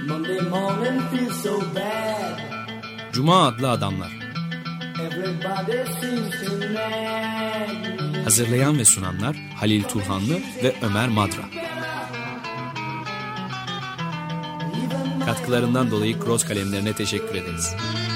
Cuma adlı adamlar. Hazırlayan ve sunanlar Halil Turhanlı ve Ömer Madra. Katkılarından dolayı Cross kalemlerine teşekkür ederiz.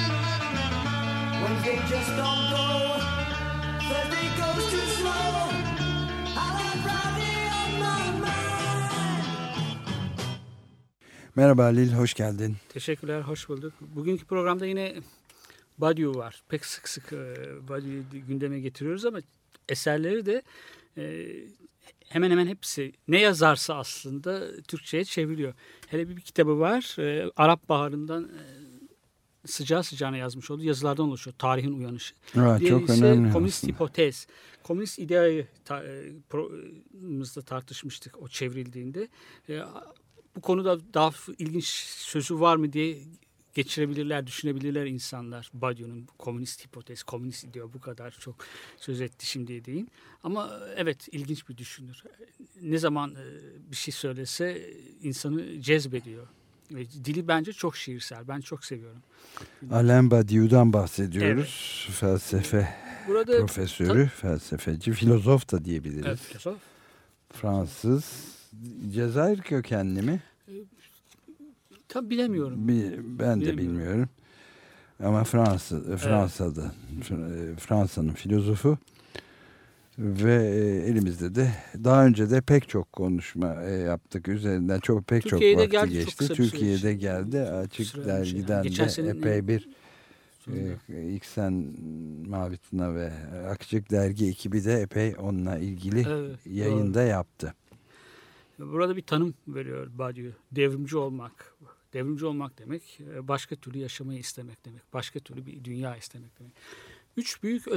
Merhaba Halil, hoş geldin. Teşekkürler, hoş bulduk. Bugünkü programda yine Badiou var. Pek sık sık Badiou'yu gündeme getiriyoruz ama eserleri de hemen hemen hepsi ne yazarsa aslında Türkçe'ye çevriliyor. Hele bir kitabı var, Arap Baharı'ndan sıcağı sıcağına yazmış olduğu yazılardan oluşuyor. Tarihin Uyanışı. Çok önemli. Komünist Hipotez. Komünist ideayı programımızda tartışmıştık o çevrildiğinde. Bu konuda daha ilginç sözü var mı diye geçirebilirler, düşünebilirler insanlar. Badiou'nun komünist hipotez, komünist idea bu kadar çok söz etti şimdi deyin. Ama evet, ilginç bir düşünür. Ne zaman bir şey söylese insanı cezbediyor. Ve dili bence çok şiirsel. Ben çok seviyorum. Alain Badiou'dan bahsediyoruz. Evet. Felsefe burada, profesörü, felsefeci, filozof da diyebiliriz. Evet, filozof. Fransız. Cezayir kökenli mi? Tabii bilemiyorum. Ben de bilmiyorum. Ama Fransa'da, Fransa'nın filozofu ve elimizde de daha önce de pek çok konuşma yaptık üzerinden. Pek Türkiye'de çok vakti geçti. Çok Türkiye'de geldi. Açık Dergi'den de epey bir İksen Mavitna ve Açık Dergi ekibi de epey onunla ilgili yayında yaptı. Burada bir tanım veriyor Badiou. Devrimci olmak. Devrimci olmak demek başka türlü yaşamayı istemek demek. Başka türlü bir dünya istemek demek. Üç büyük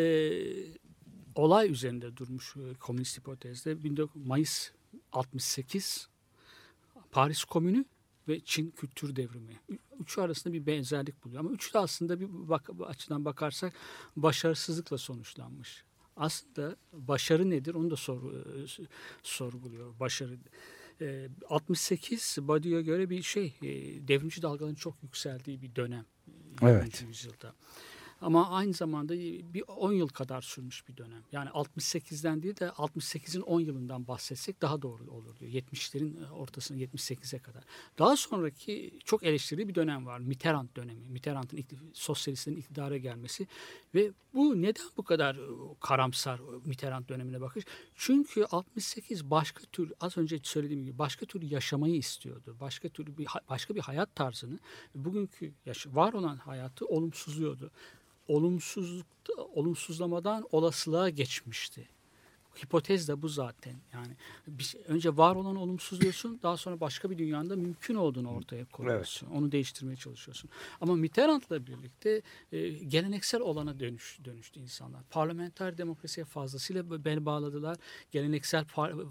olay üzerinde durmuş komünist hipotezde. Mayıs 68, Paris Komünü ve Çin Kültür Devrimi. Üçü arasında bir benzerlik buluyor. Ama üçü de aslında bir açıdan bakarsak başarısızlıkla sonuçlanmış. Aslında başarı nedir onu da sorguluyor. Başarı 68 Badiou'ya göre bir devrimci dalgaların çok yükseldiği bir dönem. Evet. Yüzyılda. Ama aynı zamanda bir 10 yıl kadar sürmüş bir dönem. Yani 68'den değil de 68'in 10 yılından bahsetsek daha doğru olur diyor. 70'lerin ortasına 78'e kadar. Daha sonraki çok eleştirili bir dönem var. Mitterrand dönemi. Mitterrand'ın sosyalistlerin iktidara gelmesi. Ve bu neden bu kadar karamsar Mitterrand dönemine bakış? Çünkü 68 başka tür, az önce söylediğim gibi başka türlü yaşamayı istiyordu. Başka bir hayat tarzını, bugünkü var olan hayatı olumsuzluyordu. Olumsuzlamadan olasılığa geçmişti. Hipotez de bu zaten. Yani önce var olan olumsuzluyorsun, daha sonra başka bir dünyanın da mümkün olduğunu ortaya koyuyorsun. Evet. Onu değiştirmeye çalışıyorsun. Ama Mitterrand'la birlikte geleneksel olana dönüştü insanlar. Parlamenter demokrasiye fazlasıyla bel bağladılar. Geleneksel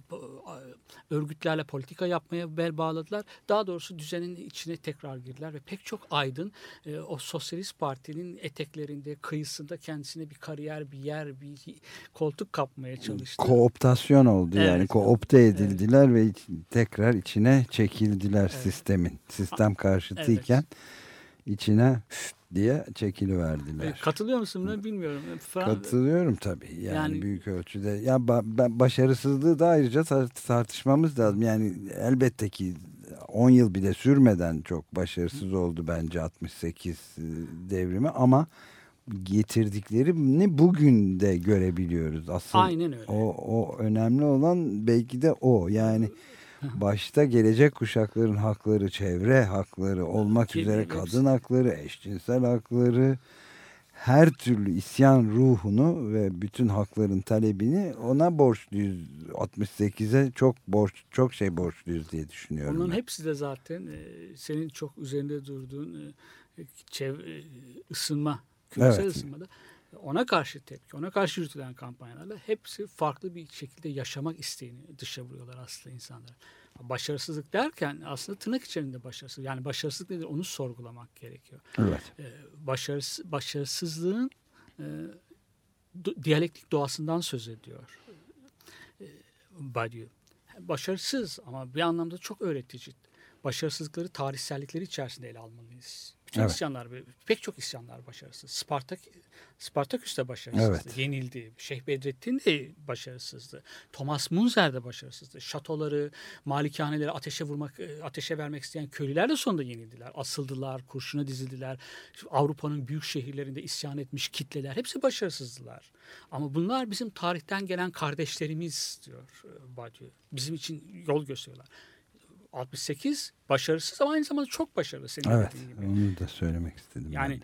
örgütlerle politika yapmaya bel bağladılar. Daha doğrusu düzenin içine tekrar girdiler ve pek çok aydın o sosyalist partinin eteklerinde, kıyısında kendisine bir kariyer, bir yer, bir koltuk kapmaya çalıştı. Kooptasyon oldu, evet. Yani koopte edildiler, evet. Ve tekrar içine çekildiler, evet. Sistem karşıtıyken, evet. içine diye çekiliverdiler. Katılıyor musun buna bilmiyorum. Katılıyorum tabii. Yani büyük ölçüde. Ya başarısızlığı da ayrıca tartışmamız lazım. Yani elbette ki 10 yıl bile sürmeden çok başarısız oldu bence 68 devrimi, ama getirdiklerini bugün de görebiliyoruz. Asıl aynen öyle. O önemli olan belki de o. Yani başta gelecek kuşakların hakları, çevre hakları olmak üzere kadın hakları, eşcinsel hakları, her türlü isyan ruhunu ve bütün hakların talebini ona borçluyuz. 68'e çok şey borçluyuz diye düşünüyorum. Onun hepsi de zaten senin çok üzerinde durduğun ısınma, küresel ısınmada ona karşı tepki, ona karşı yürütülen kampanyalarla hepsi farklı bir şekilde yaşamak isteğini dışa vuruyorlar aslında insanlara. Başarısızlık derken aslında tırnak içerisinde başarısızlık. Yani başarısızlık nedir? Onu sorgulamak gerekiyor. Evet. Başarısızlığın diyalektik doğasından söz ediyor Badiou. Başarısız ama bir anlamda çok öğretici. başarısızlıkları tarihsellikleri içerisinde ele almalıyız. Bütün Evet. isyanlar, pek çok isyanlar başarısız. Spartaküs de başarısızdı. Evet. Yenildi. Şeyh Bedrettin de başarısızdı. Thomas Munzer de başarısızdı. Şatoları, malikaneleri ateşe vermek isteyen köylüler de sonunda yenildiler. Asıldılar, kurşuna dizildiler. Avrupa'nın büyük şehirlerinde isyan etmiş kitleler hepsi başarısızdılar. Ama bunlar bizim tarihten gelen kardeşlerimiz diyor Badiou. Bizim için yol gösteriyorlar. 68 başarısız ama aynı zamanda çok başarılı senin Evet, dediğin gibi. onu da söylemek istedim. Yani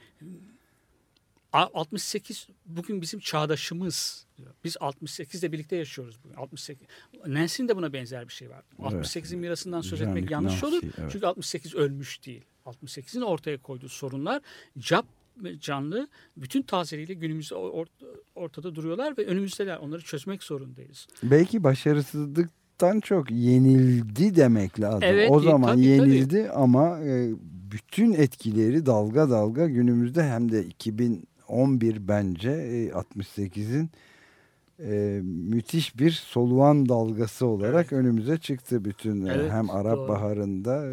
68 bugün bizim çağdaşımız diyor. Biz 68'de birlikte yaşıyoruz bugün. 68. Nancy'nin de buna benzer bir şey var. Evet. 68'in mirasından söz Jean-Luc etmek yanlış Nancy, olur. evet. Çünkü 68 ölmüş değil. 68'in ortaya koyduğu sorunlar canlı, bütün tazeliğiyle günümüzde ortada duruyorlar ve önümüzdeler. Onları çözmek zorundayız. Belki başarısızlıktan çok yenildi demek lazım. Evet, o zaman tabii. yenildi ama bütün etkileri dalga dalga günümüzde, hem de 2011 bence 68'in müthiş bir soluğan dalgası olarak önümüze çıktı. Bütün hem Arap doğru. Baharı'nda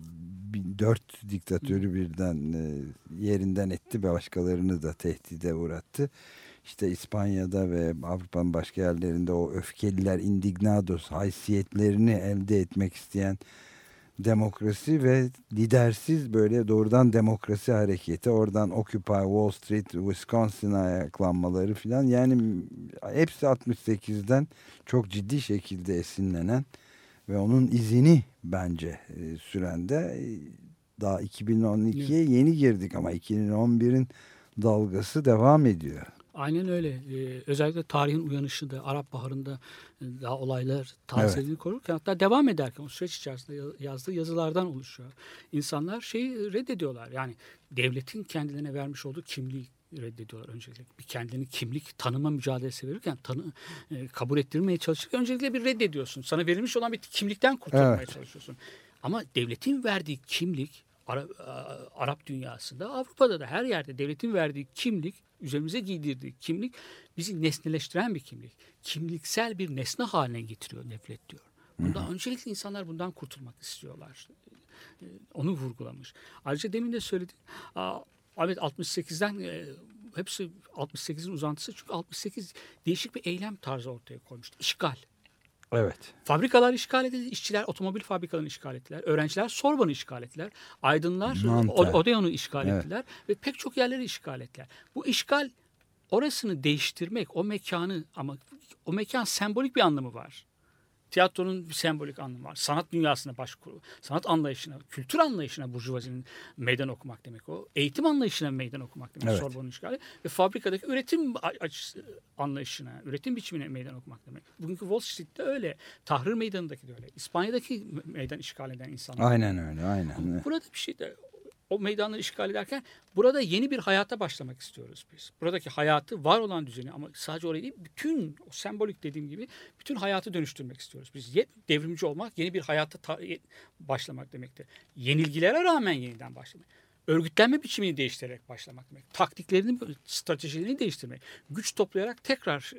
4 diktatörü birden yerinden etti ve başkalarını da tehdide uğrattı. İşte İspanya'da ve Avrupa'nın başka yerlerinde o öfkeliler, indignados haysiyetlerini elde etmek isteyen demokrasi ve lidersiz böyle doğrudan demokrasi hareketi, oradan Occupy Wall Street, Wisconsin'a ayaklanmaları filan, yani hepsi 68'den çok ciddi şekilde esinlenen ve onun izini bence süren de daha 2012'ye yeni girdik ama 2011'in dalgası devam ediyor. Aynen öyle. Özellikle tarihin uyanışı da Arap Baharı'nda daha olaylar tazeliğini korurken, hatta devam ederken o süreç içerisinde yazdığı yazılardan oluşuyor. İnsanlar şeyi reddediyorlar. Yani devletin kendilerine vermiş olduğu kimliği reddediyorlar öncelikle. Bir kendini kimlik tanıma mücadelesi verirken kabul ettirmeye çalışırken öncelikle bir reddediyorsun. Sana verilmiş olan bir kimlikten kurtulmaya çalışıyorsun. Ama devletin verdiği kimlik Arap dünyasında, Avrupa'da da her yerde devletin verdiği kimlik, üzerimize giydirdiği kimlik bizi nesneleştiren bir kimlik. Kimliksel bir nesne haline getiriyor nefret diyor. Öncelikle insanlar bundan kurtulmak istiyorlar. Onu vurgulamış. Ayrıca demin de söyledim. Evet, 68'den hepsi 68'in uzantısı, çünkü 68 değişik bir eylem tarzı ortaya koymuştu. İşgal. Evet. Fabrikalar işgal edildi. İşçiler otomobil fabrikalarını işgal ettiler. Öğrenciler Sorbonne'u işgal ettiler. Aydınlar Odeon'u işgal ettiler. Ve pek çok yerleri işgal ettiler. Bu işgal, orasını değiştirmek, o mekanı, ama o mekan sembolik bir anlamı var. Tiyatronun bir sembolik anlamı var. Sanat dünyasına sanat anlayışına, kültür anlayışına burjuvazinin meydan okumak demek o. Eğitim anlayışına meydan okumak demek Sorbonne'un işgali. Ve fabrikadaki üretim anlayışına, üretim biçimine meydan okumak demek. Bugünkü Wall Street'te öyle. Tahrir Meydanı'ndaki de öyle. İspanya'daki meydan işgal eden insanlar. Aynen öyle, aynen. Burada bir şey de, o meydanları işgal ederken burada yeni bir hayata başlamak istiyoruz biz. Buradaki hayatı, var olan düzeni, ama sadece orayı değil, bütün o sembolik dediğim gibi bütün hayatı dönüştürmek istiyoruz. Biz devrimci olmak, yeni bir hayata başlamak demektir. Yenilgilere rağmen yeniden başlamak. Örgütlenme biçimini değiştirerek başlamak demek. Taktiklerini, stratejilerini değiştirmek. Güç toplayarak tekrar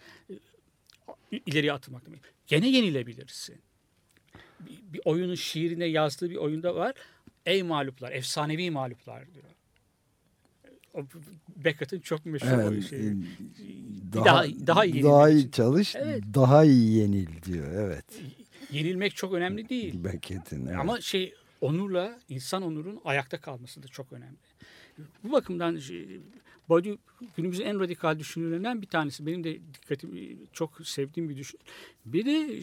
ileriye atılmak demek. Gene yenilebilirsin. Bir oyunun şiirine yazdığı bir oyunda var. Ey mağluplar, efsanevi mağluplar diyor. O Beckett'in çok meşhur şeyi. Daha iyi çalış, daha iyi yenil diyor. Evet. Yenilmek çok önemli değil. Beckett'in. Evet. Ama onurla, insan onurun ayakta kalması da çok önemli. Bu bakımdan Badiou günümüzün en radikal düşünürlerinden bir tanesi. Benim de dikkatimi çok sevdiğim bir düşünür. Bir de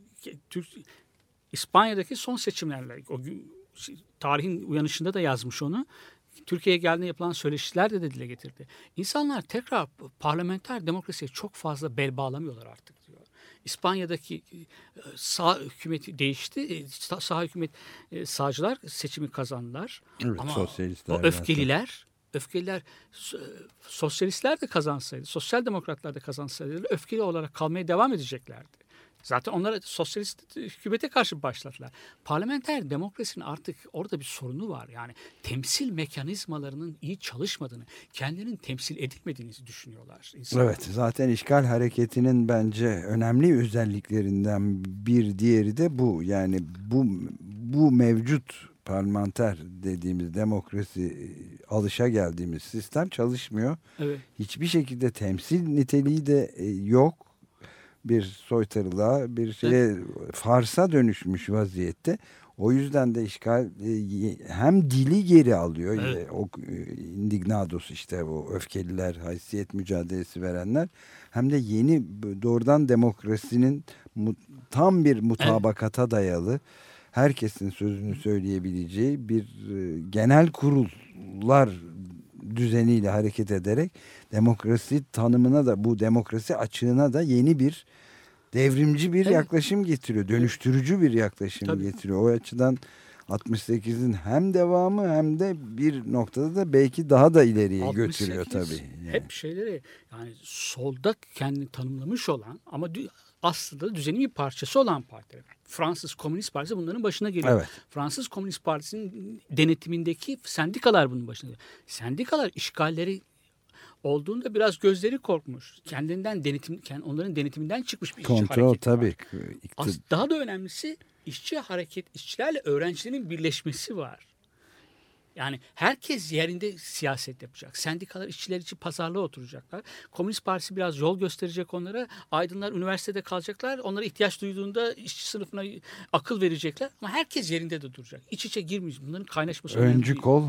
İspanya'daki son seçimlerle, o tarihin uyanışında da yazmış onu. Türkiye'ye geldiğinde yapılan söyleşilerde de dile getirdi. İnsanlar tekrar parlamenter demokrasiye çok fazla bel bağlamıyorlar artık diyor. İspanya'daki sağ hükümeti değişti. Sağ hükümet, sağcılar seçimi kazandılar. Evet, ama sosyalistler, o öfkeliler sosyalistler de kazansaydı, sosyal demokratlar da kazansaydı öfkeli olarak kalmaya devam edeceklerdi. Zaten onlara sosyalist hükümete karşı başladılar. Parlamenter demokrasinin artık orada bir sorunu var. Yani temsil mekanizmalarının iyi çalışmadığını, kendilerinin temsil edilmediğini düşünüyorlar insanlar. Evet, zaten işgal hareketinin bence önemli özelliklerinden bir diğeri de bu. Yani bu mevcut parlamenter dediğimiz demokrasi, alışa geldiğimiz sistem çalışmıyor. Evet. Hiçbir şekilde temsil niteliği de yok. Bir soytarılığa, bir şeye, farsa dönüşmüş vaziyette. O yüzden de işgal hem dili geri alıyor. Evet. O indignados, işte o öfkeliler, haysiyet mücadelesi verenler, hem de yeni doğrudan demokrasinin tam bir mutabakata dayalı, herkesin sözünü söyleyebileceği bir genel kurullar düzeniyle hareket ederek demokrasi tanımına da, bu demokrasi açığına da yeni bir devrimci bir yaklaşım getiriyor. Dönüştürücü bir yaklaşım getiriyor. O açıdan 68'in hem devamı hem de bir noktada da belki daha da ileriye götürüyor tabii. Yani. Hep şeyleri, yani solda kendini tanımlamış olan ama aslında düzenin bir parçası olan partiler. Fransız Komünist Partisi bunların başına geliyor. Evet. Fransız Komünist Partisi'nin denetimindeki sendikalar bunun başına geliyor. Sendikalar işgalleri olduğunda biraz gözleri korkmuş. Kendinden onların denetiminden çıkmış bir işçi kontrol hareketi tabii. var. Daha da önemlisi işçilerle öğrencilerin birleşmesi var. Yani herkes yerinde siyaset yapacak. Sendikalar işçiler için pazarlığa oturacaklar. Komünist Partisi biraz yol gösterecek onlara. Aydınlar üniversitede kalacaklar. Onlara ihtiyaç duyduğunda işçi sınıfına akıl verecekler. Ama herkes yerinde de duracak. İç içe girmeyecek. Bunların kaynaşması önemli. Öncü kol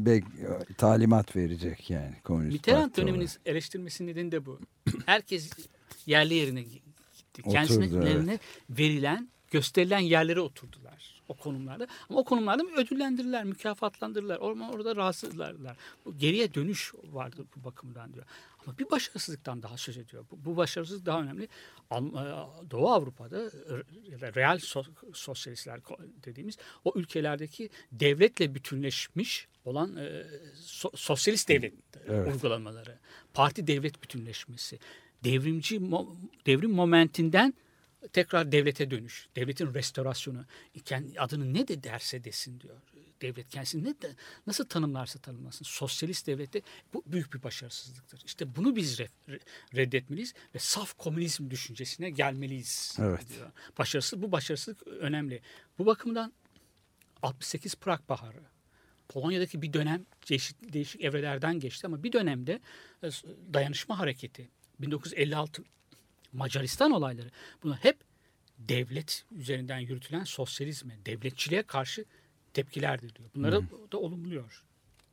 talimat verecek yani Komünist Mitterrand Parti döneminin eleştirmesinin nedeni de bu. Herkes yerli yerine gitti. Kendilerine verilen, gösterilen yerlere oturdular o konumlarda. Ama o konumlarda ödüllendirirler, mükafatlandırırlar. Orada rahatsızlarlar. Bu geriye dönüş vardır bu bakımdan diyor. Ama bir başarısızlıktan daha söz ediyor. Bu başarısızlık daha önemli. Doğu Avrupa'da ya da real sosyalistler dediğimiz o ülkelerdeki devletle bütünleşmiş olan sosyalist devlet uygulamaları, parti devlet bütünleşmesi, devrim momentinden tekrar devlete dönüş, devletin restorasyonu, adını ne de derse desin diyor. Devlet kendisini nasıl tanımlarsa tanımlasın. Sosyalist devlette bu büyük bir başarısızlıktır. İşte bunu biz reddetmeliyiz ve saf komünizm düşüncesine gelmeliyiz diyor. Bu başarısızlık önemli. Bu bakımdan 68 Prag Baharı, Polonya'daki bir dönem değişik evrelerden geçti ama bir dönemde dayanışma hareketi, 1956 Macaristan olayları, bunlar hep devlet üzerinden yürütülen sosyalizme, devletçiliğe karşı tepkilerdir diyor. Bunları da olumluyor.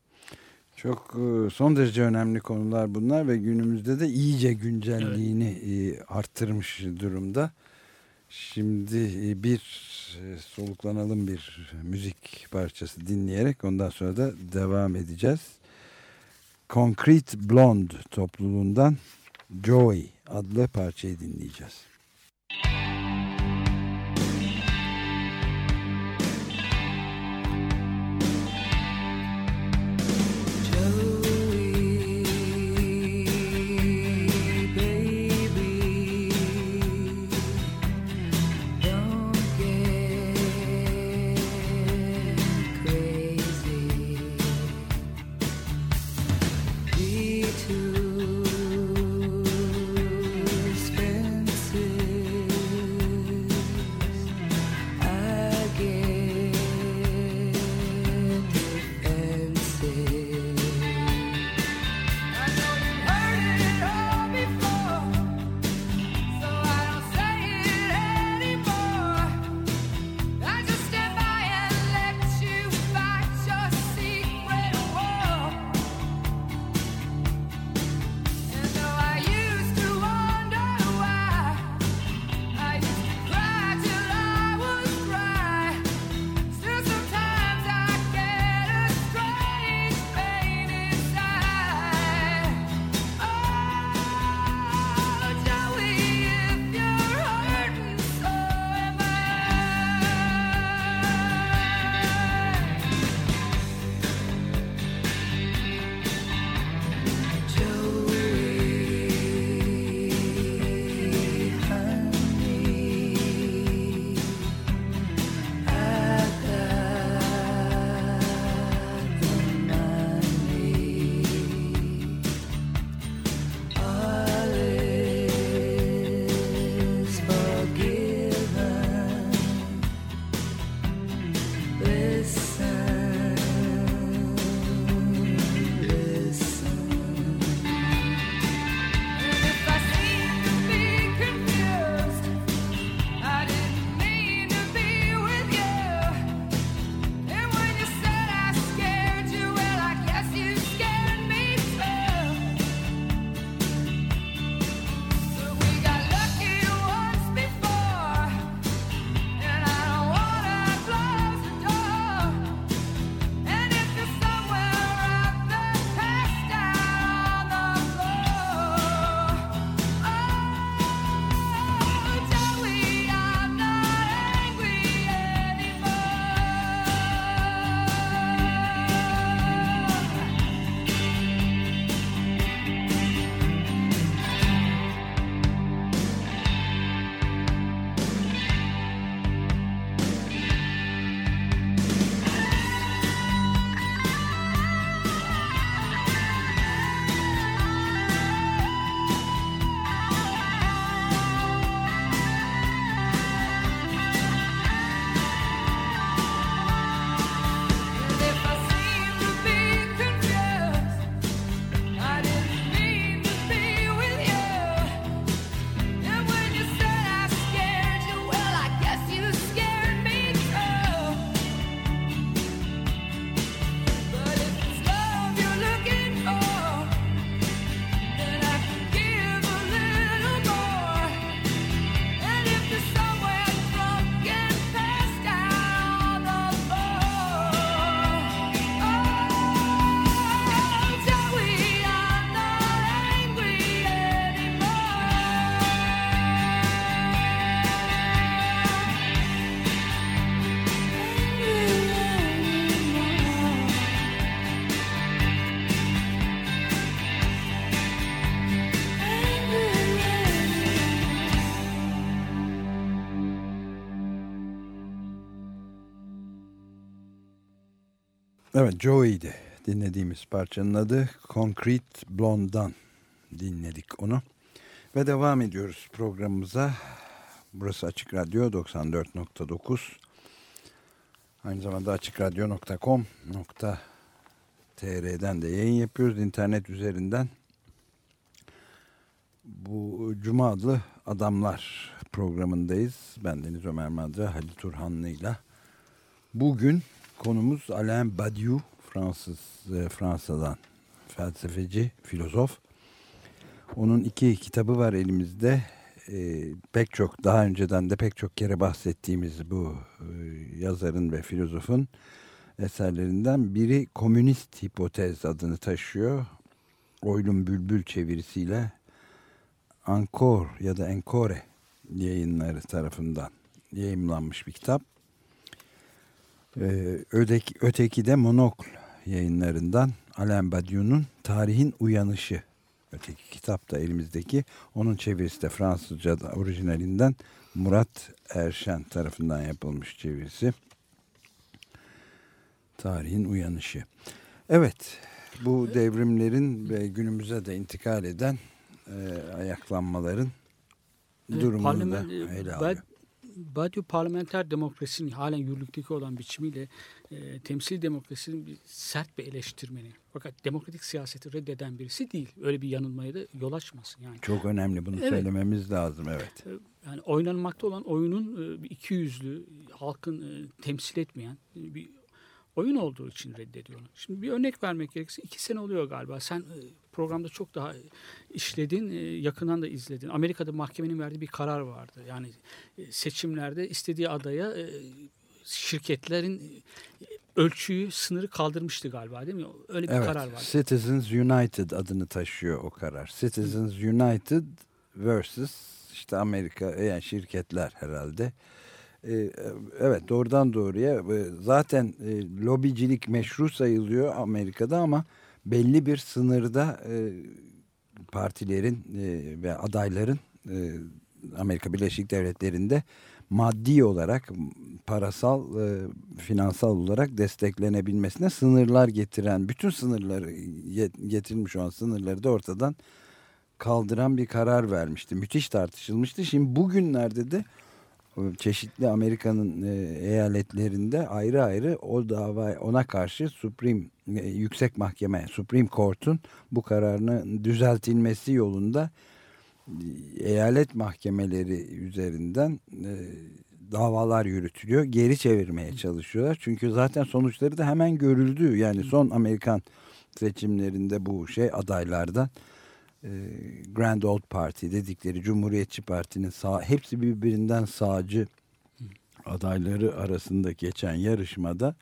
Çok son derece önemli konular bunlar ve günümüzde de iyice güncelliğini arttırmış durumda. Şimdi bir soluklanalım, bir müzik parçası dinleyerek ondan sonra da devam edeceğiz. Concrete Blonde topluluğundan Joy adlı parçayı dinleyeceğiz. Too expensive. Evet, Joey'di dinlediğimiz parçanın adı. Concrete Blonde'dan dinledik onu. Ve devam ediyoruz programımıza. Burası Açık Radyo 94.9. Aynı zamanda açıkradyo.com.tr'den de yayın yapıyoruz internet üzerinden. Bu Cuma adlı Adamlar programındayız. Ben Deniz Ömer Madra, Halil Turhanlı'yla. Bugün konumuz Alain Badiou, Fransa'dan felsefeci, filozof. Onun 2 kitabı var elimizde. Pek çok daha önceden de pek çok kere bahsettiğimiz bu yazarın ve filozofun eserlerinden biri Komünist Hipotez adını taşıyor. Oylum Bülbül çevirisiyle Encore ya da Encore yayınları tarafından yayımlanmış bir kitap. Öteki de Monokl yayınlarından Alain Badiou'nun Tarihin Uyanışı. Öteki kitap da elimizdeki. Onun çevirisi de Fransızca da orijinalinden Murat Erşen tarafından yapılmış çevirisi. Tarihin Uyanışı. Evet, bu devrimlerin ve günümüze de intikal eden ayaklanmaların durumunu da ele alıyor. Badiou parlamenter demokrasinin halen yürürlükteki olan biçimiyle temsil demokrasinin sert bir eleştirmeni. Fakat demokratik siyaseti reddeden birisi değil. Öyle bir yanılmaya da yol açmasın. Yani. Çok önemli, bunu söylememiz lazım. Evet. Yani oynanmakta olan oyunun ikiyüzlü, halkın temsil etmeyen bir oyun olduğu için reddediyor onu. Şimdi bir örnek vermek gerekirse 2 sene oluyor galiba. Sen programda çok daha işledin, yakından da izledin. Amerika'da mahkemenin verdiği bir karar vardı. Yani seçimlerde istediği adaya şirketlerin ölçüyü, sınırı kaldırmıştı galiba, değil mi? Öyle bir karar vardı. Citizens United adını taşıyor o karar. Citizens United versus işte Amerika, yani şirketler herhalde. Evet, doğrudan doğruya zaten lobicilik meşru sayılıyor Amerika'da ama belli bir sınırda partilerin ve adayların Amerika Birleşik Devletleri'nde maddi olarak, parasal, finansal olarak desteklenebilmesine sınırlar getiren, bütün sınırları getirilmiş olan sınırları da ortadan kaldıran bir karar vermişti. Müthiş tartışılmıştı. Şimdi bugünlerde de çeşitli Amerika'nın eyaletlerinde ayrı ayrı o dava, ona karşı Yüksek Mahkeme, Supreme Court'un bu kararının düzeltilmesi yolunda eyalet mahkemeleri üzerinden davalar yürütülüyor. Geri çevirmeye çalışıyorlar. Çünkü zaten sonuçları da hemen görüldü. Yani son Amerikan seçimlerinde bu adaylardan Grand Old Party dedikleri Cumhuriyetçi Parti'nin hepsi birbirinden sağcı adayları arasında geçen yarışmada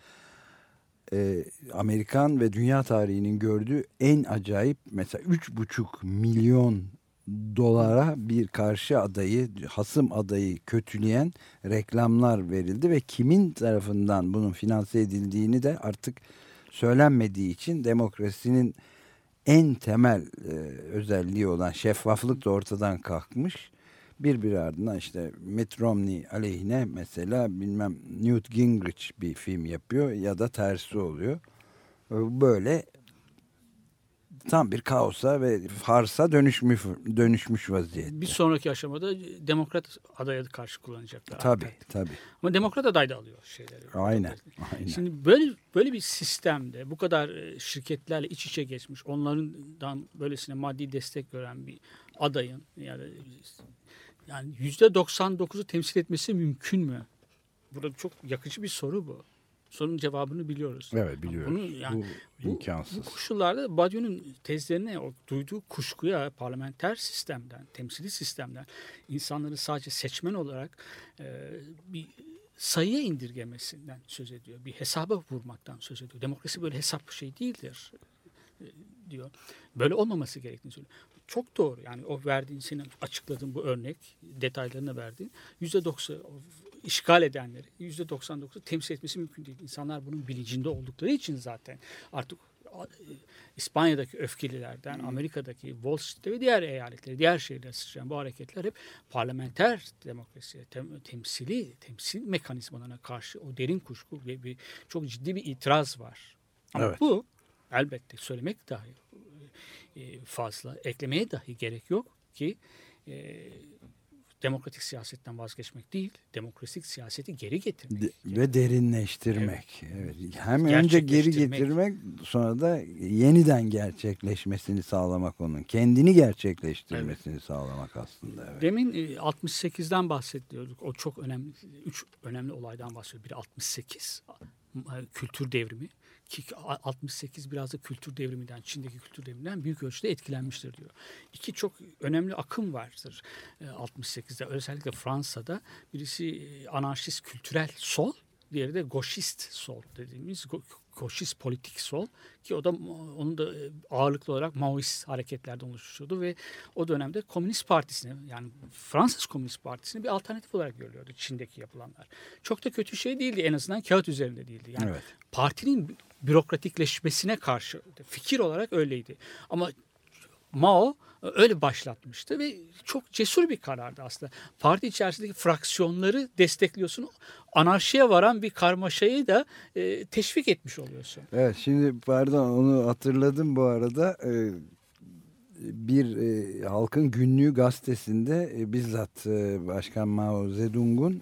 Amerikan ve dünya tarihinin gördüğü en acayip, mesela 3,5 milyon dolara bir karşı adayı, hasım adayı kötüleyen reklamlar verildi ve kimin tarafından bunun finanse edildiğini de artık söylenmediği için demokrasinin en temel özelliği olan şeffaflık da ortadan kalkmış. Birbiri ardından işte Mitt Romney aleyhine mesela Newt Gingrich bir film yapıyor ya da tersi oluyor. Böyle tam bir kaosa ve farsa dönüşmüş vaziyette. Bir sonraki aşamada demokrat adaya karşı kullanacaklar. Tabii. Ama demokrat aday da alıyor şeyleri. Aynen. Şimdi böyle bir sistemde bu kadar şirketlerle iç içe geçmiş, onlardan böylesine maddi destek gören bir adayın yani %99'u temsil etmesi mümkün mü? Burada çok yakıcı bir soru bu. Sorunun cevabını biliyoruz. Evet, biliyoruz. Bu imkansız. Bu koşullarda Badiou'nun tezlerine duyduğu kuşkuya parlamenter sistemden, temsili sistemden insanları sadece seçmen olarak bir sayıya indirgemesinden söz ediyor. Bir hesaba vurmaktan söz ediyor. Demokrasi böyle hesap değildir diyor. Böyle olmaması gerektiğini söylüyor. Çok doğru. Yani o verdiğin, senin açıkladığın bu örnek, detaylarını verdiğin %90 işgal edenleri %99'u temsil etmesi mümkün değil. İnsanlar bunun bilincinde oldukları için zaten artık İspanya'daki öfkelilerden, Amerika'daki Wall Street'te ve diğer eyaletleri, diğer şehirlere sıçrayan bu hareketler hep parlamenter demokrasiye, temsil mekanizmalarına karşı o derin kuşku ve çok ciddi bir itiraz var. Ama Evet. bu elbette söylemek dahi fazla, eklemeye dahi gerek yok ki demokratik siyasetten vazgeçmek değil, demokratik siyaseti geri getirmek. Ve derinleştirmek. Evet. Hem önce geri Gerçekleştirmek. getirmek, sonra da yeniden gerçekleşmesini sağlamak onun. Kendini gerçekleştirmesini sağlamak aslında. Evet. Demin 68'den bahsediyorduk. O çok önemli, 3 önemli olaydan bahsediyor. Biri 68, kültür devrimi. Ki 68 biraz da kültür devriminden, Çin'deki kültür devriminden büyük ölçüde etkilenmiştir diyor. İki çok önemli akım vardır 68'de. Özellikle Fransa'da birisi anarşist kültürel sol, diğeri de gauchist sol dediğimiz gauchist politik sol, ki o da onun da ağırlıklı olarak Maoist hareketlerden oluşuyordu ve o dönemde Komünist Partisi'ne, yani Fransız Komünist Partisi'ne bir alternatif olarak görülüyordu Çin'deki yapılanlar. Çok da kötü şey değildi, en azından kağıt üzerinde değildi. Yani Evet. partinin bürokratikleşmesine karşı fikir olarak öyleydi. Ama Mao öyle başlatmıştı ve çok cesur bir karardı aslında. Parti içerisindeki fraksiyonları destekliyorsun. Anarşiye varan bir karmaşayı da teşvik etmiş oluyorsun. Evet, şimdi pardon, onu hatırladım bu arada. Bir Halkın Günlüğü gazetesinde bizzat Başkan Mao Zedong'un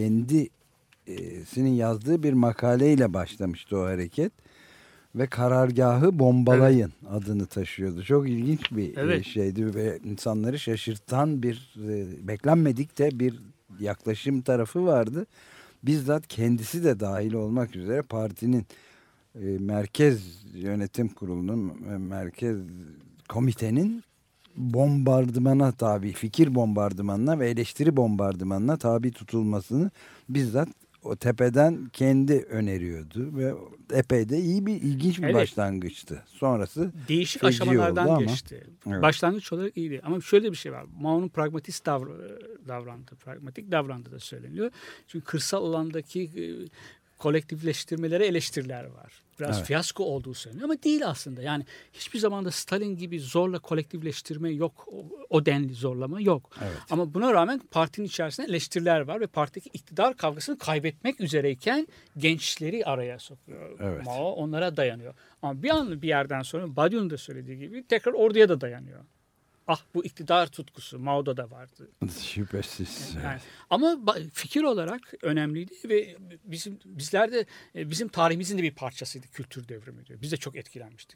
kendisinin yazdığı bir makaleyle başlamıştı o hareket. Ve karargahı bombalayın adını taşıyordu. Çok ilginç bir şeydi ve insanları şaşırtan bir beklenmedik de bir yaklaşım tarafı vardı. Bizzat kendisi de dahil olmak üzere partinin merkez yönetim kurulunun merkez komitenin bombardımana tabi, fikir bombardımanına ve eleştiri bombardımanına tabi tutulmasını bizzat o tepeden kendi öneriyordu ve epey de ilginç bir başlangıçtı. Sonrası değişik aşamalardan geçti. Evet. Başlangıç olarak iyiydi. Ama şöyle bir şey var. Mao'nun pragmatist davrandı. Pragmatik davrandı da söyleniyor. Çünkü kırsal alandaki kolektifleştirmelere eleştiriler var. Biraz fiyasko olduğu söyleniyor ama değil aslında. Yani hiçbir zaman da Stalin gibi zorla kolektifleştirme yok. O denli zorlama yok. Evet. Ama buna rağmen partinin içerisinde eleştiriler var ve partideki iktidar kavgasını kaybetmek üzereyken gençleri araya sokuyor. Evet. Mao onlara dayanıyor. Ama bir yerden sonra Badiou'nun da söylediği gibi tekrar orduya da dayanıyor. Bu iktidar tutkusu Mao'da da vardı. Şüphesiz. Yani, ama fikir olarak önemliydi ve bizler de bizim tarihimizin de bir parçasıydı kültür devrimi diyor. Biz de çok etkilenmiştik.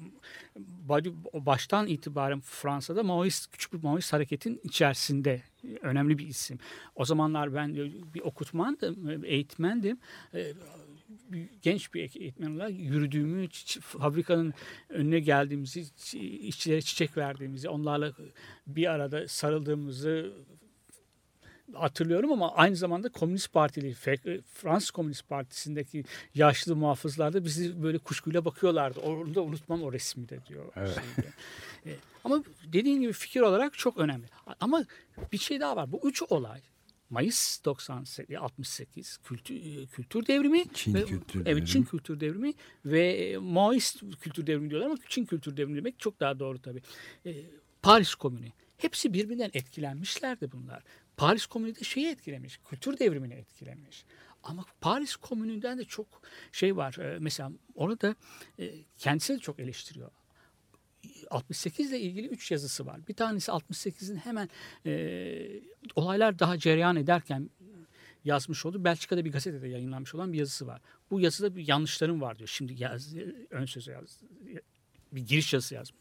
Baştan itibaren Fransa'da küçük bir Maoist hareketin içerisinde önemli bir isim. O zamanlar ben bir okutmandım, eğitmendim. Genç bir eğitmen olarak yürüdüğümü, fabrikanın önüne geldiğimizi, işçilere çiçek verdiğimizi, onlarla bir arada sarıldığımızı hatırlıyorum ama aynı zamanda Komünist Partili, Fransız Komünist Partisi'ndeki yaşlı muhafızlar da bizi böyle kuşkuyla bakıyorlardı. Onu da unutmam o resmi de diyor. Evet. Ama dediğin gibi fikir olarak çok önemli. Ama bir şey daha var. Bu üç olay, Mayıs 68 kültür devrimi, Çin kültür devrimi ve Maoist kültür devrimi diyorlar ama Çin kültür devrimi demek çok daha doğru tabii. Paris Komünü. Hepsi birbirinden etkilenmişlerdi bunlar. Paris Komünü de şeyi etkilemiş, kültür devrimini etkilemiş. Ama Paris Komünü'nden de çok şey var. Mesela orada kendisini de çok eleştiriyor. 68 ile ilgili 3 yazısı var. Bir tanesi 68'in hemen olaylar daha cereyan ederken yazmış olduğu, Belçika'da bir gazetede yayınlanmış olan bir yazısı var. Bu yazıda bir yanlışlarım var diyor. Şimdi ön söze bir giriş yazısı yazmış.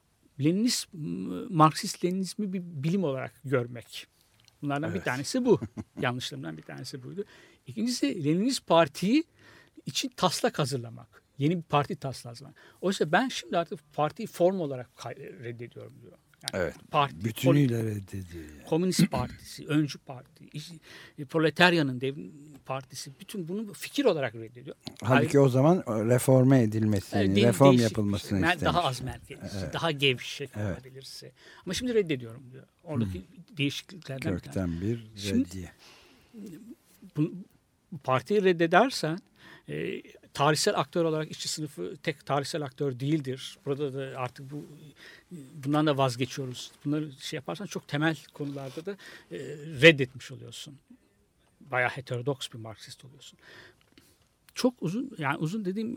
Marksist-Leninizmi bir bilim olarak görmek. Bunlardan bir tanesi bu. Yanlışlarımdan bir tanesi buydu. İkincisi Leninist Parti'yi için taslak hazırlamak. Yeni bir parti taslağı hazırlamak. Oysa ben şimdi artık partiyi form olarak reddediyorum diyor. Yani parti, bütünüyle reddediyor. Yani. Komünist Partisi, Öncü Parti, Proletaryanın partisi, bütün bunu fikir olarak reddediyor. Halbuki o zaman reforme edilmesini, reform yapılmasını istemiş. Daha az merkezci, daha gevşek olabilirse. Ama şimdi reddediyorum diyor. Oradaki değişikliklerden kökten bir reddiye. Bu partiyi reddedersen tarihsel aktör olarak işçi sınıfı tek tarihsel aktör değildir. Burada da artık bundan da vazgeçiyoruz. Bunları yaparsan çok temel konularda da reddetmiş oluyorsun. Bayağı heterodoks bir Marksist oluyorsun. çok uzun, yani uzun dediğim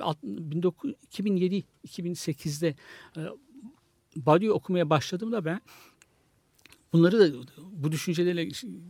2007-2008'de Badiou okumaya başladığımda ben bunları da bu düşüncelerle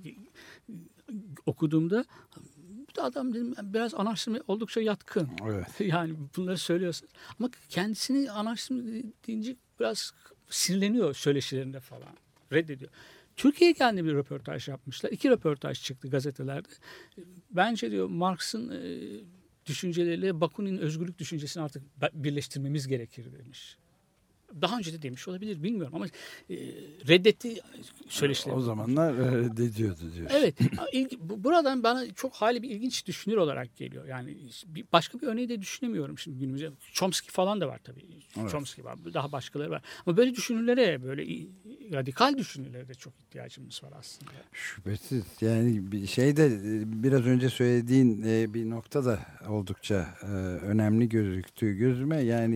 okuduğumda bu adam dedim biraz anarşizme oldukça yatkın. Evet. Yani bunları söylüyorsun. Ama kendisini anarşizm deyince biraz sinirleniyor söyleşilerinde falan. Reddediyor. Türkiye'ye geldi bir röportaj yapmışlar. 2 röportaj çıktı gazetelerde. Bence diyor Marx'ın düşünceleriyle Bakunin'in özgürlük düşüncesini artık birleştirmemiz gerekir demiş. Daha önce de demiş olabilir bilmiyorum ama reddetti söyleşileri. O zamanlar reddediyordu diyor. Evet. Buradan bana çok hali bir ilginç düşünür olarak geliyor. Yani başka bir örneği de düşünemiyorum şimdi günümüzde. Chomsky falan da var tabii. Evet. Chomsky var. Daha başkaları var. Ama böyle düşünürlere, böyle radikal düşünürlere de çok ihtiyacımız var aslında. Şüphesiz. Yani bir şey de biraz önce söylediğin bir nokta da oldukça önemli gözüktü gözüme. Yani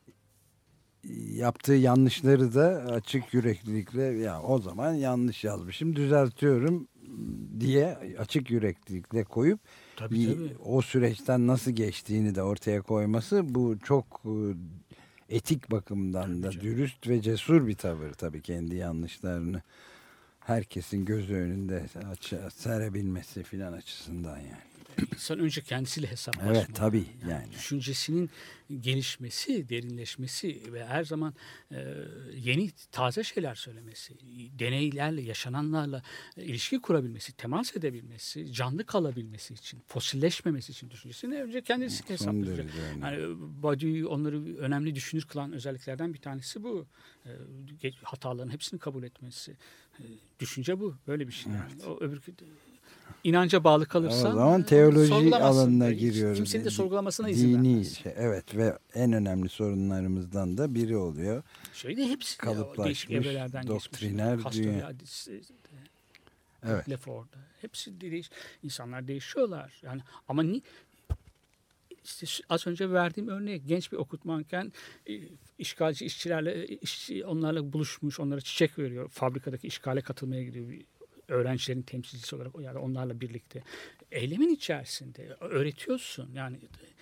yaptığı yanlışları da açık yüreklilikle ya o zaman yanlış yazmışım düzeltiyorum diye açık yüreklilikle koyup Tabii. o süreçten nasıl geçtiğini de ortaya koyması bu çok etik bakımdan da dürüst ve cesur bir tavır tabii kendi yanlışlarını herkesin gözü önünde serebilmesi filan açısından yani. İnsan önce kendisiyle hesaplaşmalı. Evet tabii yani. Düşüncesinin gelişmesi, derinleşmesi ve her zaman yeni taze şeyler söylemesi, deneylerle, yaşananlarla ilişki kurabilmesi, temas edebilmesi, canlı kalabilmesi için, fosilleşmemesi için düşüncesini önce kendisi hesaplayacak. Yani Badiou onları önemli düşünür kılan özelliklerden bir tanesi bu. Hataların hepsini kabul etmesi. Düşünce bu. Böyle bir şey. Evet. Yani. O öbür İnanca bağlı kalırsan o zaman teoloji alanına giriyoruz. Kimsenin de sorgulamasına izin vermez. Evet ve en önemli sorunlarımızdan da biri oluyor. Hepsi kalıplaşmış, evrelerden doktriner dünya. Evet. Lefort'da. Hepsi insanlar değişiyorlar. Yani ama işte az önce verdiğim örneği genç bir okutmanken işgalci işçilerle onlarla buluşmuş, onlara çiçek veriyor. Fabrikadaki işgale katılmaya gidiyor. Öğrencilerin temsilcisi olarak yani onlarla birlikte eylemin içerisinde öğretiyorsun yani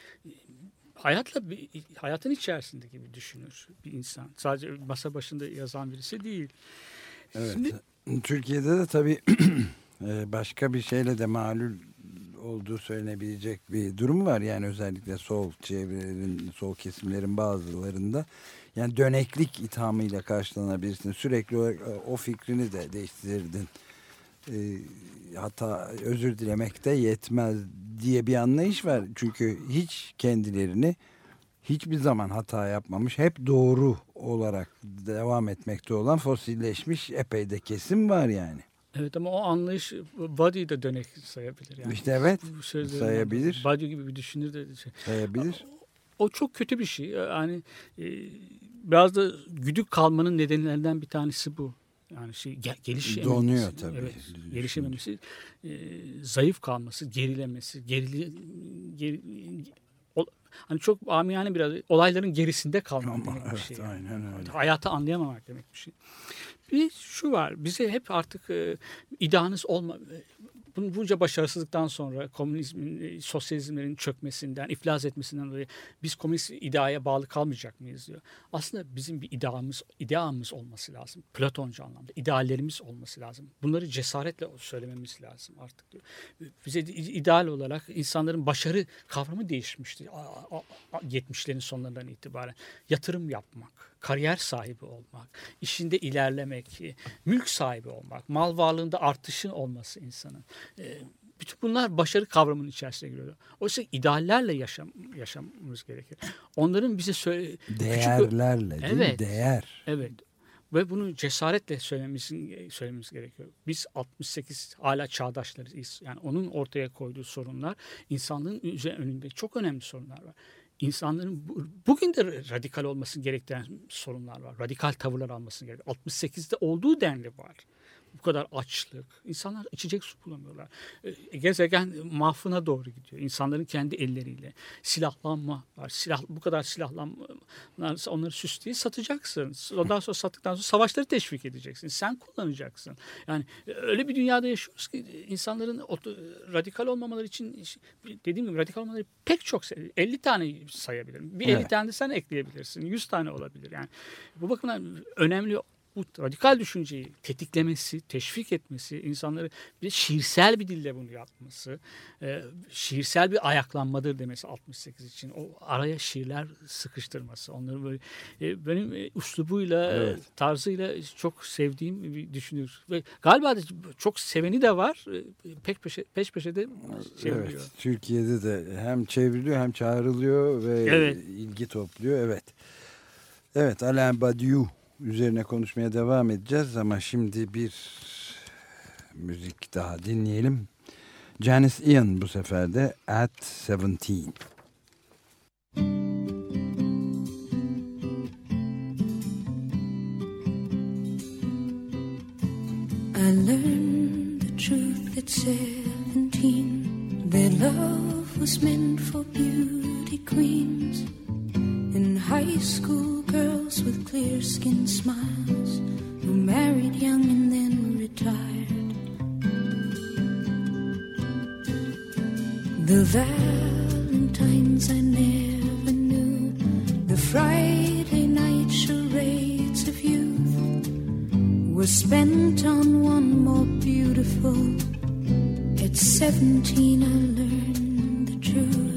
hayatın içerisinde gibi düşünür bir insan. Sadece masa başında yazan birisi değil. Evet. Şimdi, Türkiye'de de tabii başka bir şeyle de malul olduğu söylenebilecek bir durum var. Yani özellikle sol çevrelerin, sol kesimlerin bazılarında yani döneklik ithamıyla karşılanabilirsin. Sürekli olarak o fikrini de değiştirdin. Hata özür dilemek de yetmez diye bir anlayış var. Çünkü hiç kendilerini hiçbir zaman hata yapmamış, hep doğru olarak devam etmekte olan fosilleşmiş epey de kesim var yani. Evet ama o anlayış Badiou'yu da dönek sayabilir. Yani. İşte evet sayabilir. Badiou gibi bir düşünür de sayabilir. O çok kötü bir şey. Yani biraz da güdük kalmanın nedenlerinden bir tanesi bu. Yani gelişememesi. Donuyor tabii. Evet, gelişememesi, zayıf kalması, gerilemesi, hani çok amiyane biraz olayların gerisinde kalmak demek bir şey. Aynen öyle. Hayatı anlayamamak demek bir şey. Bir şu var, bize hep artık iddianız bunca başarısızlıktan sonra komünizmin, sosyalizmlerin çökmesinden, iflas etmesinden dolayı biz komünist ideaya bağlı kalmayacak mıyız diyor. Aslında bizim bir ideamız olması lazım. Platoncu anlamda. İdeallerimiz olması lazım. Bunları cesaretle söylememiz lazım artık diyor. Bize ideal olarak insanların başarı kavramı değişmişti 70'lerin sonlarından itibaren. Yatırım yapmak, kariyer sahibi olmak, işinde ilerlemek, mülk sahibi olmak, mal varlığında artışın olması insanın. Bütün bunlar başarı kavramının içerisine giriyor. Oysa ideallerle yaşamamız gerekir. Onların bize değerlerle değil mi? Değer. Evet. Ve bunu cesaretle söylememiz gerekiyor. Biz 68 hala çağdaşlarız. Yani onun ortaya koyduğu sorunlar insanlığın önünde çok önemli sorunlar var. İnsanların bugün de radikal olması gereken sorunlar var. Radikal tavırlar almasını gerekiyor. 68'de olduğu denli var. bu kadar açlık. İnsanlar içecek su bulamıyorlar. Gezegen mahvına doğru gidiyor. İnsanların kendi elleriyle. Silahlanma var. Bu kadar silahlanma onları süsleyip satacaksın. Ondan sonra sattıktan sonra savaşları teşvik edeceksin. Sen kullanacaksın. Yani öyle bir dünyada yaşıyoruz ki insanların radikal olmamaları için, dediğim gibi radikal olmaları pek çok 50 tane sayabilirim. Bir 50 tane de sen ekleyebilirsin. 100 tane olabilir. Yani bu bakımdan önemli bu radikal düşünceyi tetiklemesi, teşvik etmesi, insanları bir şiirsel bir dille bunu yapması, şiirsel bir ayaklanmadır demesi 68 için. O araya şiirler sıkıştırması, onları böyle benim üslubuyla, tarzıyla çok sevdiğim bir düşünür. Ve galiba da çok seveni de var, peş peşe de çevriliyor. Evet, Türkiye'de de hem çevriliyor hem çağrılıyor ve ilgi topluyor. Evet, Alain Badiou üzerine konuşmaya devam edeceğiz ama şimdi bir müzik daha dinleyelim. Janis Ian bu sefer de At 17. I learned the truth at 17, that love was meant for beauty queens. In high school, girls with clear-skinned smiles who married young and then retired. The Valentines I never knew, the Friday night charades of youth were spent on one more beautiful. At 17 I learned the truth.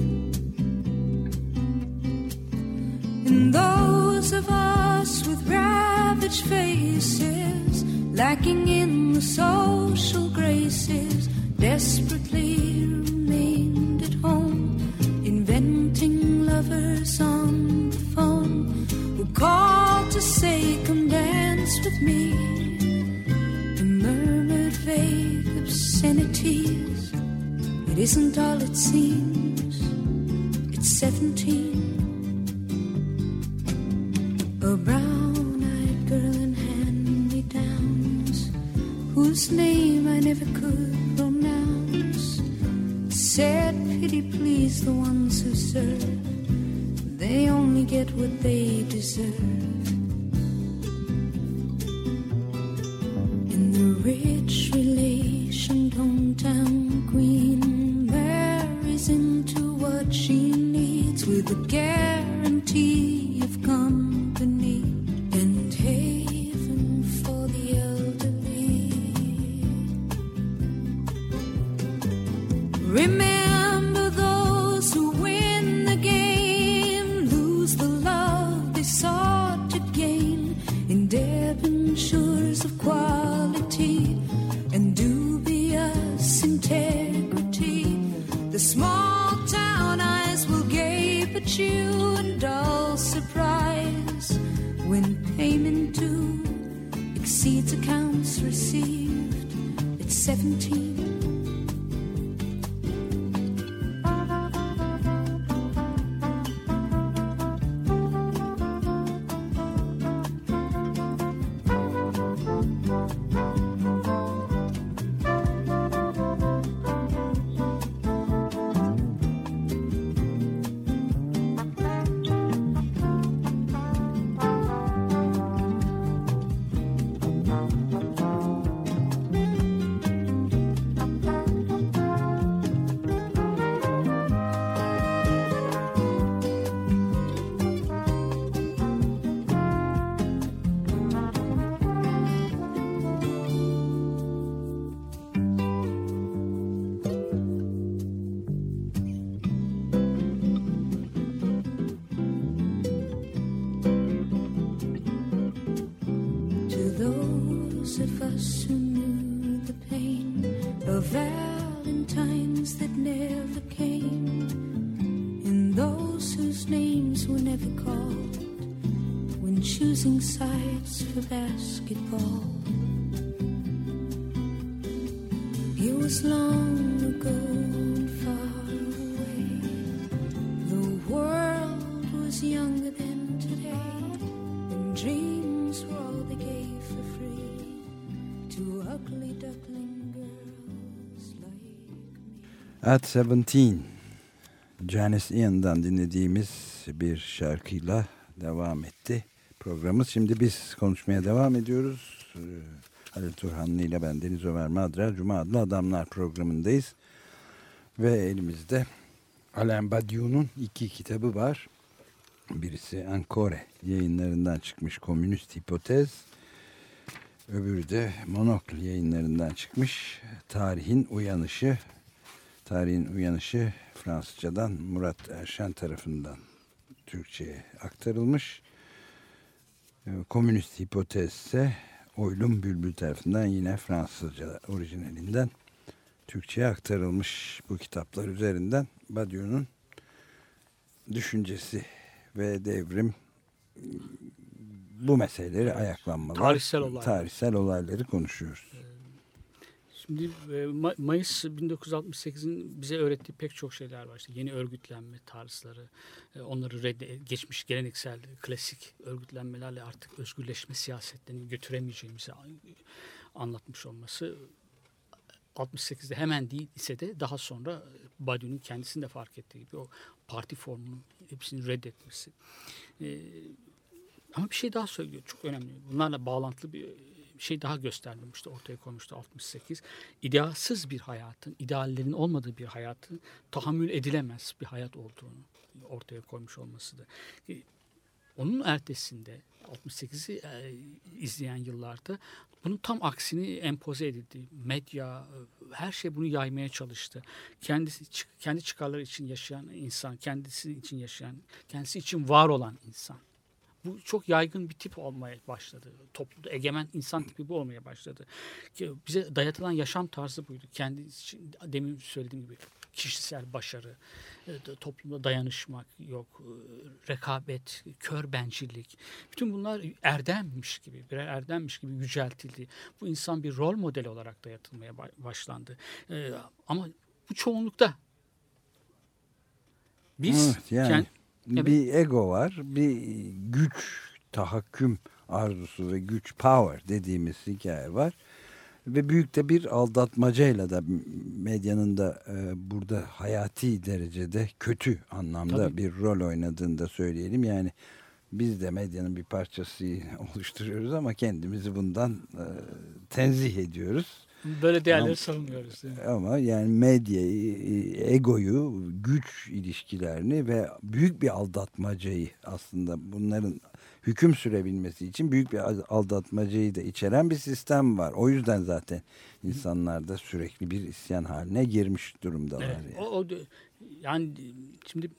And those of us with ravaged faces, lacking in the social graces, desperately remained at home, inventing lovers on the phone who called to say, come dance with me, and murmured vague obscenities. It isn't all it seems, it's 17. A brown-eyed girl in hand-me-downs, whose name I never could pronounce, said, pity please the ones who serve, they only get what they deserve. And the rich relation hometown queen marries into what she needs with a guarantee of company and haven for the elderly. Remember those who win the game, lose the love they sought to gain, in debentures of quality and dubious integrity. The small town eyes will gape at you in dull surprise when payment due exceeds accounts received at 17. Of us who knew the pain of Valentines that never came, and those whose names were never called when choosing sides for basketball. It was long ago and far away. The world was younger than today, and dreams were all they gave for free to At 17, Janis Ian'dan dinlediğimiz bir şarkıyla devam etti programımız. Şimdi biz konuşmaya devam ediyoruz. Halil Turhanlı ile ben Deniz Ömer Madra, Cuma Adlı Adamlar programındayız. Ve elimizde Alain Badiou'nun 2 kitabı var. Birisi Encore yayınlarından çıkmış Komünist Hipotez. Öbürü de Monokl yayınlarından çıkmış Tarihin Uyanışı. Tarihin Uyanışı Fransızcadan Murat Erşen tarafından Türkçe'ye aktarılmış. Komünist Hipotez ise Oylum Bülbül tarafından yine Fransızca orijinalinden Türkçe'ye aktarılmış. Bu kitaplar üzerinden Badiou'nun düşüncesi ve devrim, bu meseleleri, ayaklanmalar, tarihsel olayları konuşuyoruz. Şimdi Mayıs 1968'in bize öğrettiği pek çok şeyler var. İşte yeni örgütlenme tarzları, onları geçmiş geleneksel klasik örgütlenmelerle artık özgürleşme siyasetlerini götüremeyeceğimizi anlatmış olması. 68'de hemen değil ise de daha sonra Badiou'nun kendisinin de fark ettiği gibi o parti formunun hepsini reddetmesi. Ama bir şey daha söylüyor, çok önemli. Bunlarla bağlantılı bir şey daha göstermişti, ortaya koymuştu 68. İdealsız bir hayatın, ideallerin olmadığı bir hayatın tahammül edilemez bir hayat olduğunu ortaya koymuş olması da. Onun ertesinde 68'i izleyen yıllarda bunun tam aksini empoze edildi. Medya, her şey bunu yaymaya çalıştı. Kendi çıkarları için yaşayan insan, kendisi için yaşayan, kendisi için var olan insan. Bu çok yaygın bir tip olmaya başladı. Toplumda egemen insan tipi bu olmaya başladı. Bize dayatılan yaşam tarzı buydu. Kendisi için, demin söylediğim gibi kişisel başarı, toplumda dayanışmak yok, rekabet, kör bencillik. Bütün bunlar erdemmiş gibi, birer erdemmiş gibi yüceltildi. Bu insan bir rol modeli olarak dayatılmaya başlandı. Ama bu çoğunlukta biz evet, yani bir ego var, bir güç, tahakküm arzusu ve güç, power dediğimiz hikaye var. Ve büyük de bir aldatmacayla da medyanın da burada hayati derecede kötü anlamda bir rol oynadığını da söyleyelim. Yani biz de medyanın bir parçası oluşturuyoruz ama kendimizi bundan tenzih ediyoruz. Böyle değerleri savunmuyoruz. Ama yani medyayı, egoyu, güç ilişkilerini ve büyük bir aldatmacayı, aslında bunların hüküm sürebilmesi için büyük bir aldatmacayı da içeren bir sistem var. O yüzden zaten insanlar da sürekli bir isyan haline girmiş durumdalar. Evet, yani şimdi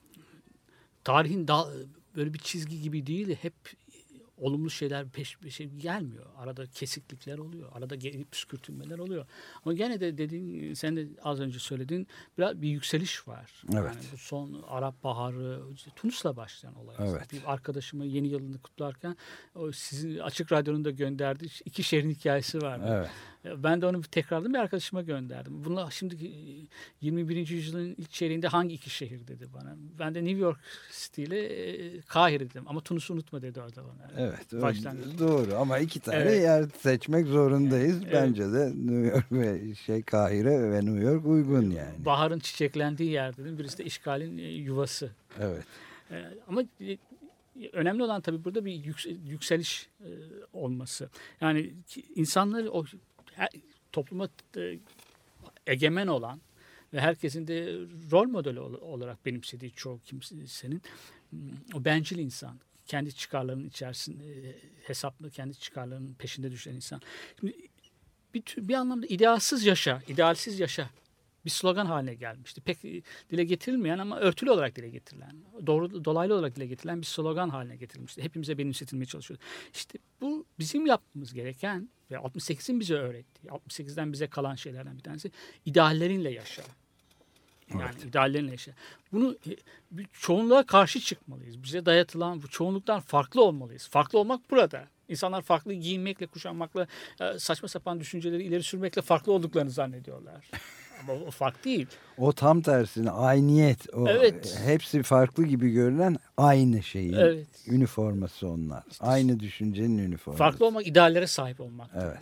tarihin böyle bir çizgi gibi değil, hep olumlu şeyler peş peşe gelmiyor. Arada kesiklikler oluyor. Arada gelip püskürtülmeler oluyor. Ama gene de dediğin, sen de az önce söylediğin, biraz bir yükseliş var. Evet. Yani bu son Arap Baharı, Tunus'la başlayan olay. Evet. Bir arkadaşımı yeni yılını kutlarken o sizin Açık Radyo'nun da gönderdiği 2 şehrin hikayesi vardı. Evet. Ben de onu tekrarladım, bir arkadaşıma gönderdim. Bunlar şimdiki 21. yüzyılın ilk çeyreğinde hangi 2 şehir dedi bana. Ben de New York City ile Kahire dedim. Ama Tunus'u unutma dedi orada bana. Evet. Doğru ama 2 tane yer seçmek zorundayız. Evet. Bence de New York ve Kahire ve New York uygun yani. Baharın çiçeklendiği yer dedim. Birisi de işgalin yuvası. Evet. Ama önemli olan tabii burada bir yükseliş olması. Yani insanları o topluma egemen olan ve herkesin de rol modeli olarak benimsediği çoğu kimsenin o bencil insan, kendi çıkarlarının içerisinde hesaplı, kendi çıkarlarının peşinde düşen insan. Şimdi bir anlamda idealsiz yaşa bir slogan haline gelmişti. Pek dile getirilmeyen ama örtülü olarak dile getirilen, dolaylı olarak dile getirilen bir slogan haline getirilmişti. Hepimize benimsetilmeye çalışıyordu. İşte bu bizim yapmamız gereken ve 68'in bize öğrettiği, 68'den bize kalan şeylerden bir tanesi, ideallerinle yaşa. Yani evet. İdeallerinle yaşa. Bunu çoğunluğa karşı çıkmalıyız. Bize dayatılan bu çoğunluktan farklı olmalıyız. Farklı olmak burada. İnsanlar farklı giyinmekle, kuşanmakla, saçma sapan düşünceleri ileri sürmekle farklı olduklarını zannediyorlar. Ama o fark değil. O tam tersine ayniyet. Evet. Hepsi farklı gibi görünen aynı şeyin üniforması onlar. İşte aynı düşüncenin üniforması. Farklı olmak, ideallere sahip olmak. Evet.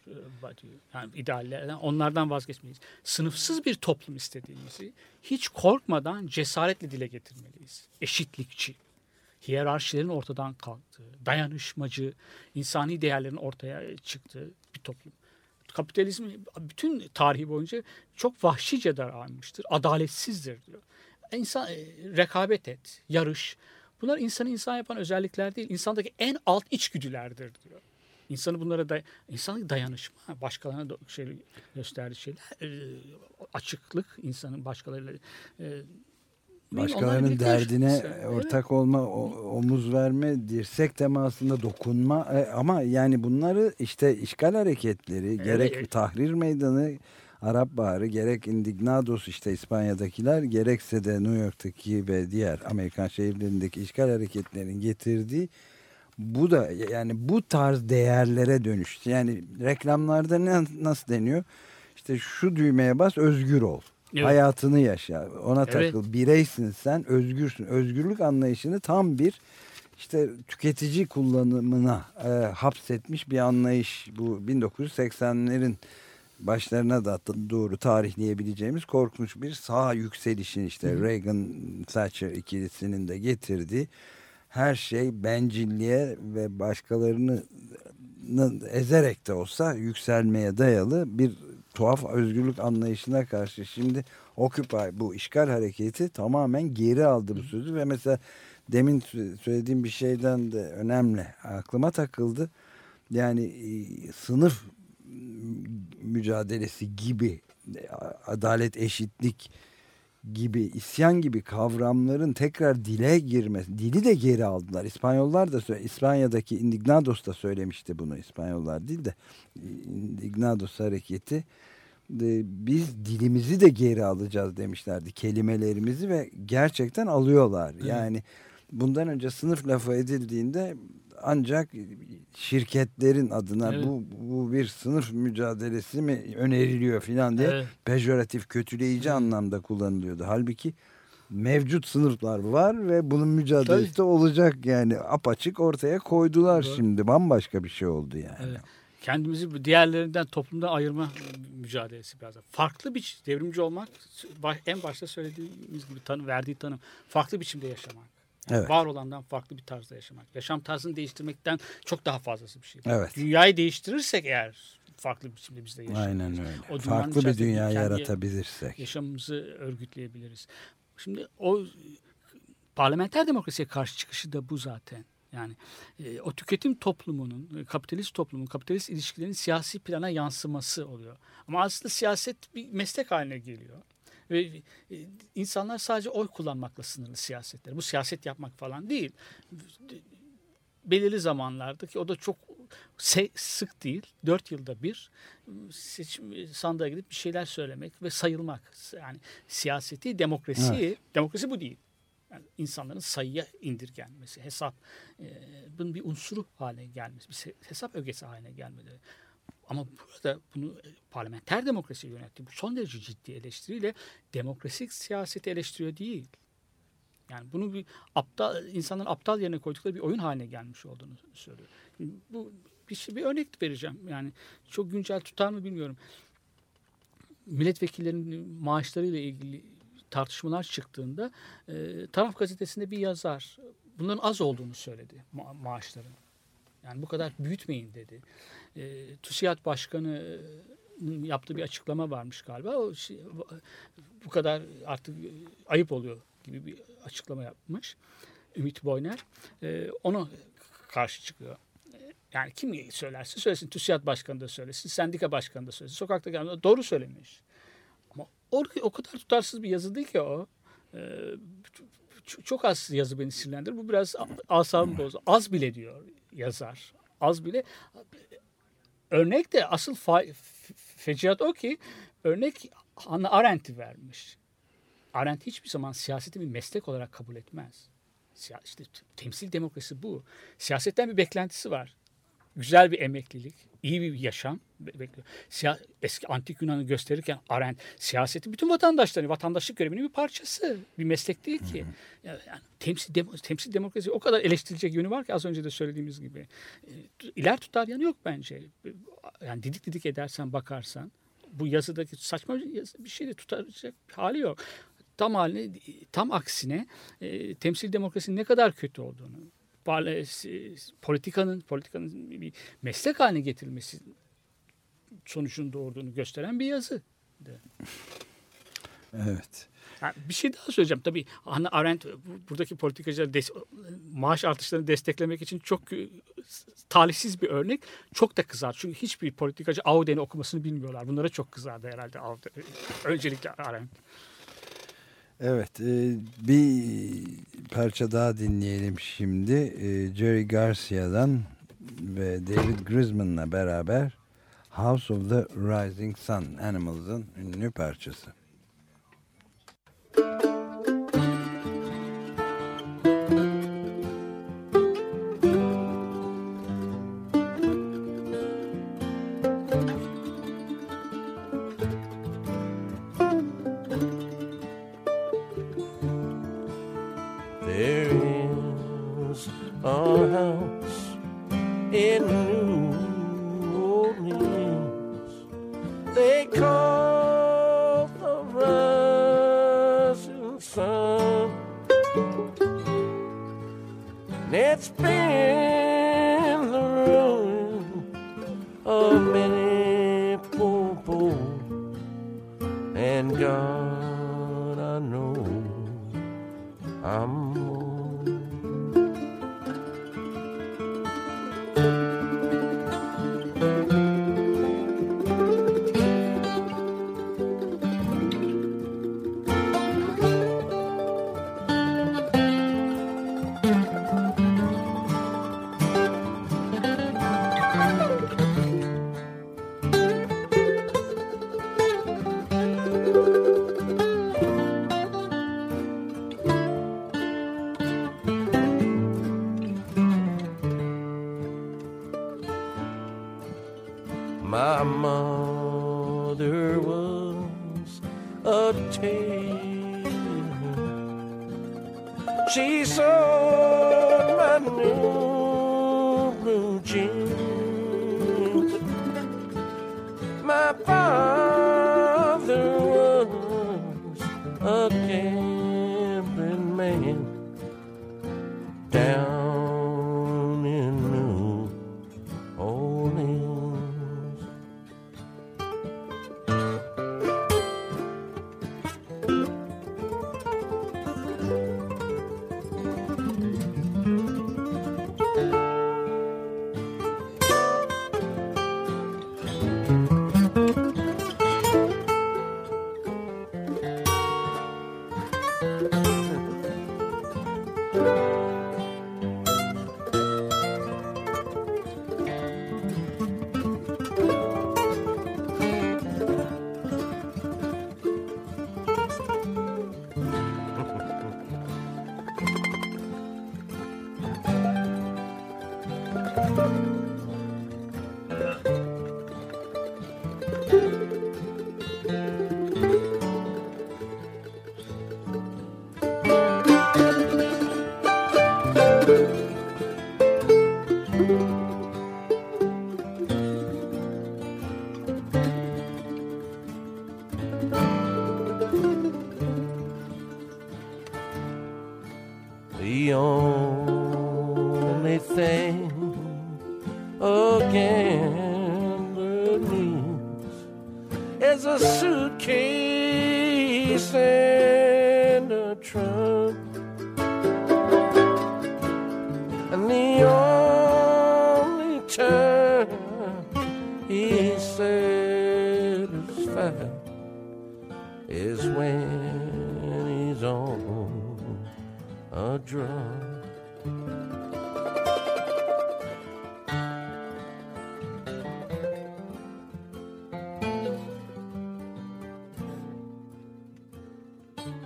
Yani ideallerden, onlardan vazgeçmeliyiz. Sınıfsız bir toplum istediğimizi hiç korkmadan cesaretle dile getirmeliyiz. Eşitlikçi, hiyerarşilerin ortadan kalktığı, dayanışmacı, insani değerlerin ortaya çıktığı bir toplum. Kapitalizm bütün tarihi boyunca çok vahşice davranmıştır, adaletsizdir diyor. Rekabet et, yarış. Bunlar insanı insan yapan özellikler değil, insandaki en alt içgüdülerdir diyor. İnsanı bunlara insanın dayanışma, başkalarına gösterdiği şeyler, açıklık, insanın başkalarıyla başkalarının derdine ortak olma, omuz verme, dirsek temasında dokunma, ama yani bunları işte işgal hareketleri, gerek Tahrir Meydanı, Arap Baharı, gerek Indignados işte İspanya'dakiler, gerekse de New York'taki ve diğer Amerikan şehirlerindeki işgal hareketlerinin getirdiği, bu da yani bu tarz değerlere dönüştü. Yani reklamlarda nasıl deniyor? İşte şu düğmeye bas, özgür ol. Evet. Hayatını yaşa. Ona takıl. Bireysin sen, özgürsün. Özgürlük anlayışını tam bir işte tüketici kullanımına hapsetmiş bir anlayış. Bu 1980'lerin başlarına da doğru tarihleyebileceğimiz korkunç bir sağ yükselişin, işte Reagan-Thatcher ikilisinin de getirdiği, her şey bencilliğe ve başkalarını ezerek de olsa yükselmeye dayalı bir tuhaf özgürlük anlayışına karşı şimdi Occupy, bu işgal hareketi tamamen geri aldı bu sözü ve mesela demin söylediğim bir şeyden de önemli aklıma takıldı. Yani sınıf mücadelesi gibi, adalet, eşitlik gibi, isyan gibi kavramların tekrar dile girmesi, dili de geri aldılar. İspanyollar da İspanya'daki Indignados da söylemişti bunu, İspanyollar değil de Indignados hareketi. Biz dilimizi de geri alacağız demişlerdi, kelimelerimizi, ve gerçekten alıyorlar. Yani bundan önce sınıf lafı edildiğinde ancak şirketlerin adına bu bir sınıf mücadelesi mi öneriliyor filan diye pejoratif, kötüleyici anlamda kullanılıyordu. Halbuki mevcut sınıflar var ve bunun mücadelesi de olacak, yani apaçık ortaya koydular. Şimdi bambaşka bir şey oldu yani. Evet. Kendimizi diğerlerinden, toplumdan ayırma mücadelesi biraz da. Farklı bir devrimci olmak, en başta söylediğimiz gibi verdiği tanım, farklı biçimde yaşamak. Yani var olandan farklı bir tarzda yaşamak. Yaşam tarzını değiştirmekten çok daha fazlası bir şey. Evet. Dünyayı değiştirirsek eğer farklı bir biçimde biz de yaşayabiliriz. Aynen öyle. Farklı bir dünya yaratabilirsek. Yaşamımızı örgütleyebiliriz. Şimdi o parlamenter demokrasiye karşı çıkışı da bu zaten. Yani o tüketim toplumunun, kapitalist toplumun, kapitalist ilişkilerin siyasi plana yansıması oluyor. Ama aslında siyaset bir meslek haline geliyor. Ve insanlar sadece oy kullanmakla sınırlı siyasetler. Bu siyaset yapmak falan değil. Belirli zamanlarda, ki o da çok sık değil, 4 yılda bir seçim sandığa gidip bir şeyler söylemek ve sayılmak. Yani siyaseti, demokrasi bu değil. Yani insanların sayıya indirgenmesi, bunun bir unsuru haline gelmesi, bir hesap ögesi haline gelmeleri. Ama burada bunu parlamenter demokrasi yönetti. Bu son derece ciddi eleştiriyle demokratik siyaseti eleştiriyor değil. Yani bunu insanların aptal yerine koydukları bir oyun haline gelmiş olduğunu söylüyor. Bu bir örnek vereceğim. Yani çok güncel tutar mı bilmiyorum. Milletvekillerinin maaşlarıyla ilgili tartışmalar çıktığında Taraf Gazetesi'nde bir yazar bunların az olduğunu söyledi, maaşların. Yani bu kadar büyütmeyin dedi. TÜSİAD Başkanı'nın yaptığı bir açıklama varmış galiba. Bu kadar artık ayıp oluyor gibi bir açıklama yapmış Ümit Boyner. Ona karşı çıkıyor. Yani kim söylerse söylesin, TÜSİAD Başkanı da söylesin, sendika başkanı da söylesin, sokakta gelmeden doğru söylemiş. Ama o kadar tutarsız bir yazı değil ki o. Çok az yazı beni sinirlendirir. Bu biraz asabımı bozdu. Az bile diyor yazar. Az bile. Örnek de asıl fecaat o ki örnek Hannah Arendt'i vermiş. Arendt hiçbir zaman siyaseti bir meslek olarak kabul etmez. İşte temsil demokrasi bu. Siyasetten bir beklentisi var. güzel bir emeklilik, iyi bir yaşam bekliyor. Eski antik Yunan'ı gösterirken Arendt siyaseti bütün vatandaşlık görevinin bir parçası. Bir meslek değil ki. Yani temsil demokrasi o kadar eleştirilecek yönü var ki az önce de söylediğimiz gibi. İler tutar yanı yok bence. Yani didik edersen bakarsan bu yazıdaki saçma bir şey de tutacak hali yok. Tam aksine temsil demokrasinin ne kadar kötü olduğunu, politikanın bir meslek haline getirilmesi sonucunun doğurduğunu gösteren bir yazı. Evet. Yani bir şey daha söyleyeceğim. Tabii Hannah Arendt buradaki politikacıları maaş artışlarını desteklemek için çok talihsiz bir örnek. Çok da kızar. Çünkü hiçbir politikacı Auden'i okumasını bilmiyorlar. Bunlara çok kızardı herhalde Auden. Öncelikle Arendt. Evet, bir parça daha dinleyelim şimdi. Jerry Garcia'dan ve David Grisman'la beraber House of the Rising Sun, Animals'ın ünlü parçası. My mother was a tailor. She sewed my new blue jeans. My father was a gambling man down in New Orleans. The only thing a gambler needs is a suitcase and a trunk, and the only time he's satisfied is when he's on a drum.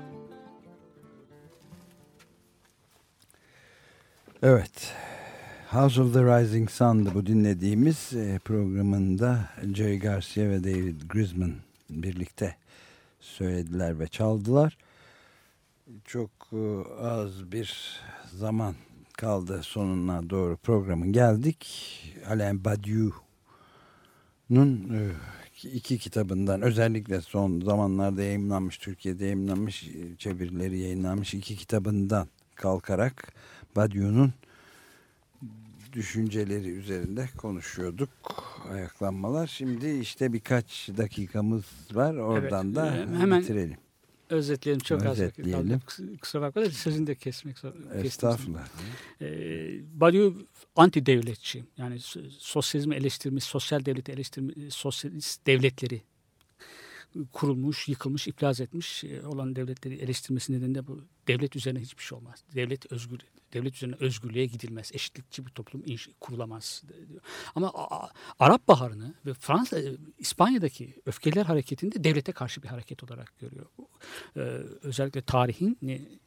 Evet, House of the Rising Sun'dı bu dinlediğimiz programında Jerry Garcia ve David Grisman birlikte söylediler ve çaldılar. Çok az bir zaman kaldı sonuna doğru programın geldik. Alain Badiou'nun iki kitabından, özellikle son zamanlarda yayımlanmış, Türkiye'de yayımlanmış, çevirileri yayınlanmış iki kitabından kalkarak Badiou'nun düşünceleri üzerinde konuşuyorduk. Ayaklanmalar. Şimdi işte birkaç dakikamız var. Oradan evet, da hemen bitirelim. Özetleyelim. Çok Özetleyelim. az vakit. Kusura bakma, sözünü de kesmek Estağfurullah. Badiou anti devletçi. Yani sosyalizmi eleştirmiş, sosyal devleti eleştirmiş, sosyalist devletleri kurulmuş, yıkılmış, iflas etmiş olan devletleri eleştirmesi nedeniyle bu devlet üzerine hiçbir şey olmaz. Devlet üzerine özgürlüğe gidilmez. Eşitlikçi bir toplum kurulamaz diyor. Ama Arap Baharı'nı ve İspanya'daki öfkeler hareketini de devlete karşı bir hareket olarak görüyor. Özellikle tarihin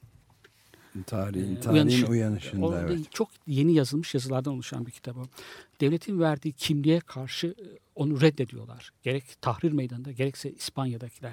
uyanışında. Evet. Çok yeni yazılmış yazılardan oluşan bir kitap o. Devletin verdiği kimliğe karşı onu reddediyorlar. Gerek Tahrir Meydanı'nda gerekse İspanya'dakiler.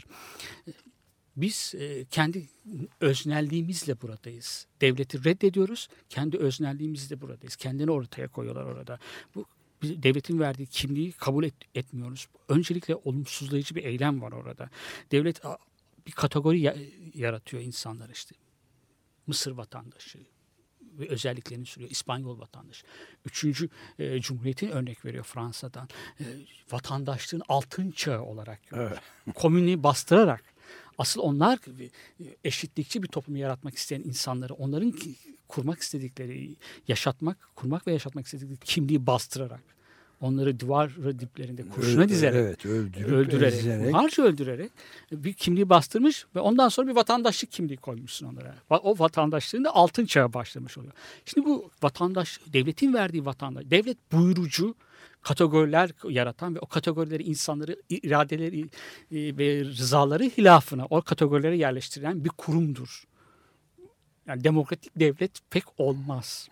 Biz kendi öznelliğimizle buradayız. Devleti reddediyoruz. Kendi öznelliğimizle buradayız. Kendini ortaya koyuyorlar orada. Bu devletin verdiği kimliği kabul etmiyoruz. Öncelikle olumsuzlayıcı bir eylem var orada. Devlet bir kategori yaratıyor insanlar işte. Mısır vatandaşı ve özelliklerini sürüyor. İspanyol vatandaşı. Üçüncü Cumhuriyet'in örnek veriyor Fransa'dan. Vatandaşlığın altın çağı olarak görüyor. Evet. Komünü bastırarak asıl onlar eşitlikçi bir toplum yaratmak isteyen insanları, onların kurmak istedikleri, kurmak ve yaşatmak istedikleri kimliği bastırarak, onları duvar diplerinde kurşuna dizerek, öldürerek bir kimliği bastırmış ve ondan sonra bir vatandaşlık kimliği koymuşsun onlara. O vatandaşlığın da altın çağı başlamış oluyor. Şimdi bu devletin verdiği devlet buyurucu kategoriler yaratan ve o kategorileri insanları iradeleri ve rızaları hilafına o kategorilere yerleştiren bir kurumdur. Yani demokratik devlet pek olmaz.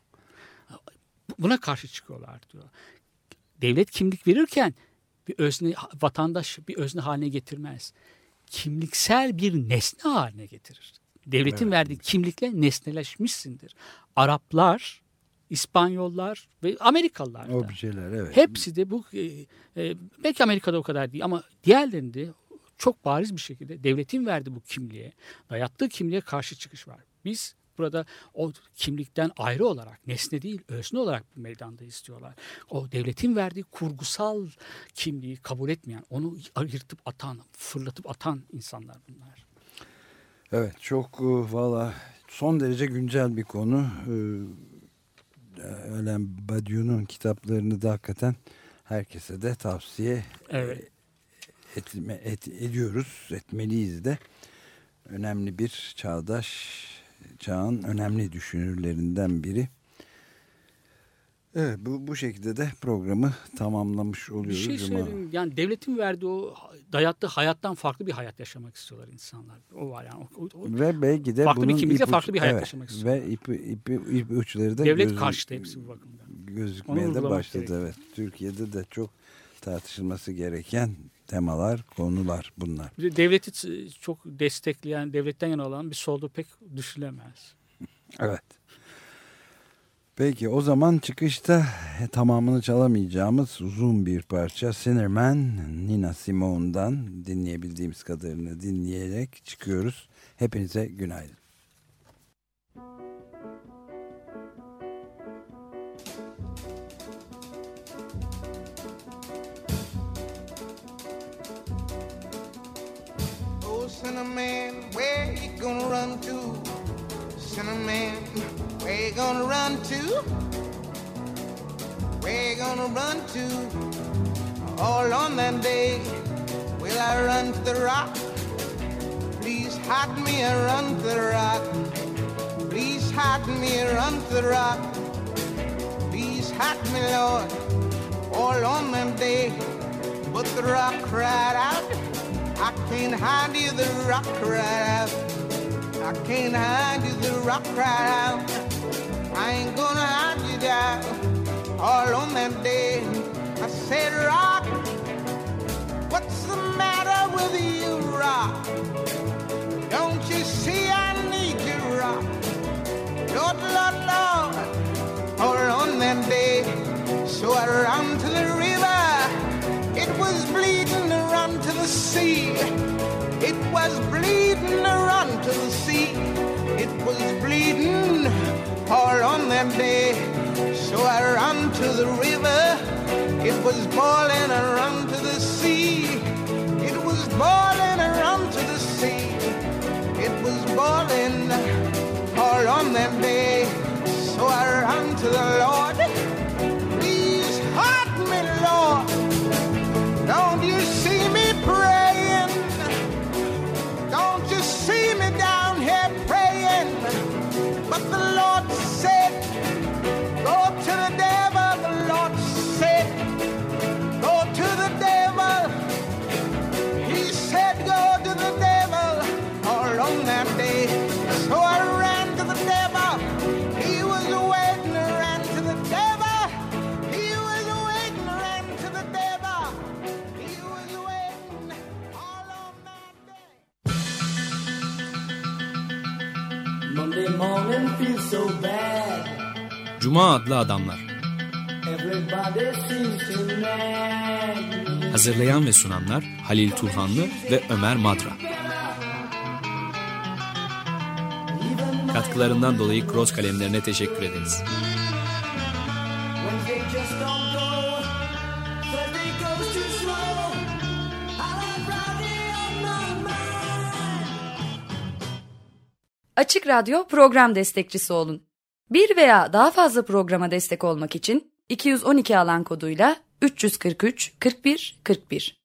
Buna karşı çıkıyorlar diyor. Devlet kimlik verirken vatandaş bir özne haline getirmez. Kimliksel bir nesne haline getirir. Devletin verdiği kimlikle nesneleşmişsindir. Araplar, İspanyollar ve Amerikalılar da. Objeler, evet. Hepsi de bu belki Amerika'da o kadar değil ama diğerlerinde çok bariz bir şekilde devletin verdiği bu kimliğe, dayattığı kimliğe karşı çıkış var. Biz burada o kimlikten ayrı olarak, nesne değil, özne olarak bir meydanda istiyorlar. O devletin verdiği kurgusal kimliği kabul etmeyen, onu yırtıp atan, fırlatıp atan insanlar bunlar. Evet, çok valla son derece güncel bir konu. Alain Badiou'nun kitaplarını da hakikaten herkese de tavsiye ediyoruz, etmeliyiz de. Önemli bir çağın önemli düşünürlerinden biri. Evet, bu şekilde de programı tamamlamış oluyoruz. Bir şey söyleyeyim. Yani devletin verdiği o dayattığı hayattan farklı bir hayat yaşamak istiyorlar insanlar. O var yani. Ve belki de farklı bir kimlikle farklı bir hayat yaşamak istiyorlar. Ve ip uçları da devlet karşıtı hepsi bu bakımdan. Gözükmeye de başladı. Evet. Türkiye'de de çok tartışılması gereken temalar, konular bunlar. Devleti çok destekleyen, devletten yana olan bir solda pek düşünülemez. Evet. Peki o zaman çıkışta tamamını çalamayacağımız uzun bir parça Sinner Man, Nina Simone'dan dinleyebildiğimiz kadarını dinleyerek çıkıyoruz. Hepinize günaydın. Oh, Sinner Man, where you gonna run to? Sinner Man, where you gonna run to? Where you gonna run to? All on that day, will I run to the rock? Please hide me and run to the rock. Please hide me and run to the rock. Please hide me, Lord, all on that day. But the rock cried out, I can't hide you, the rock cried out. I can't hide you, the rock cried out. I ain't gonna hunt you down all on that day. I said, rock, what's the matter with you, rock? Don't you see I need you, rock? Lord, Lord, Lord, all on that day. So I ran to the river, it was bleeding to run to the sea. It was bleeding to run to the sea. It was bleeding all on that day. So I ran to the river, it was boiling, I ran to the sea. It was boiling, I ran to the sea. It was boiling all on that day. So I ran to the Lord. Please heart me, Lord. Don't you see me praying? Don't you see me down here praying? But the Lord said, go to the devil. The Lord said, go to the devil. He said, go to the devil all on that day. So I ran to the devil. He was waiting, I ran to the devil. He was waiting, I ran to the devil. He was waiting all on that day. Monday morning feels so bad. Cuma adlı adamlar. Everybody seems to nag me. Hazırlayan ve sunanlar Halil Turhanlı ve Ömer Madra. Katkılarından dolayı Cross kalemlerine teşekkür ederiz. Wednesday just don't go. Thursday goes too slow. I like Friday on my mind. Açık Radyo program destekçisi olun. Bir veya daha fazla programa destek olmak için 212 alan koduyla 343 41 41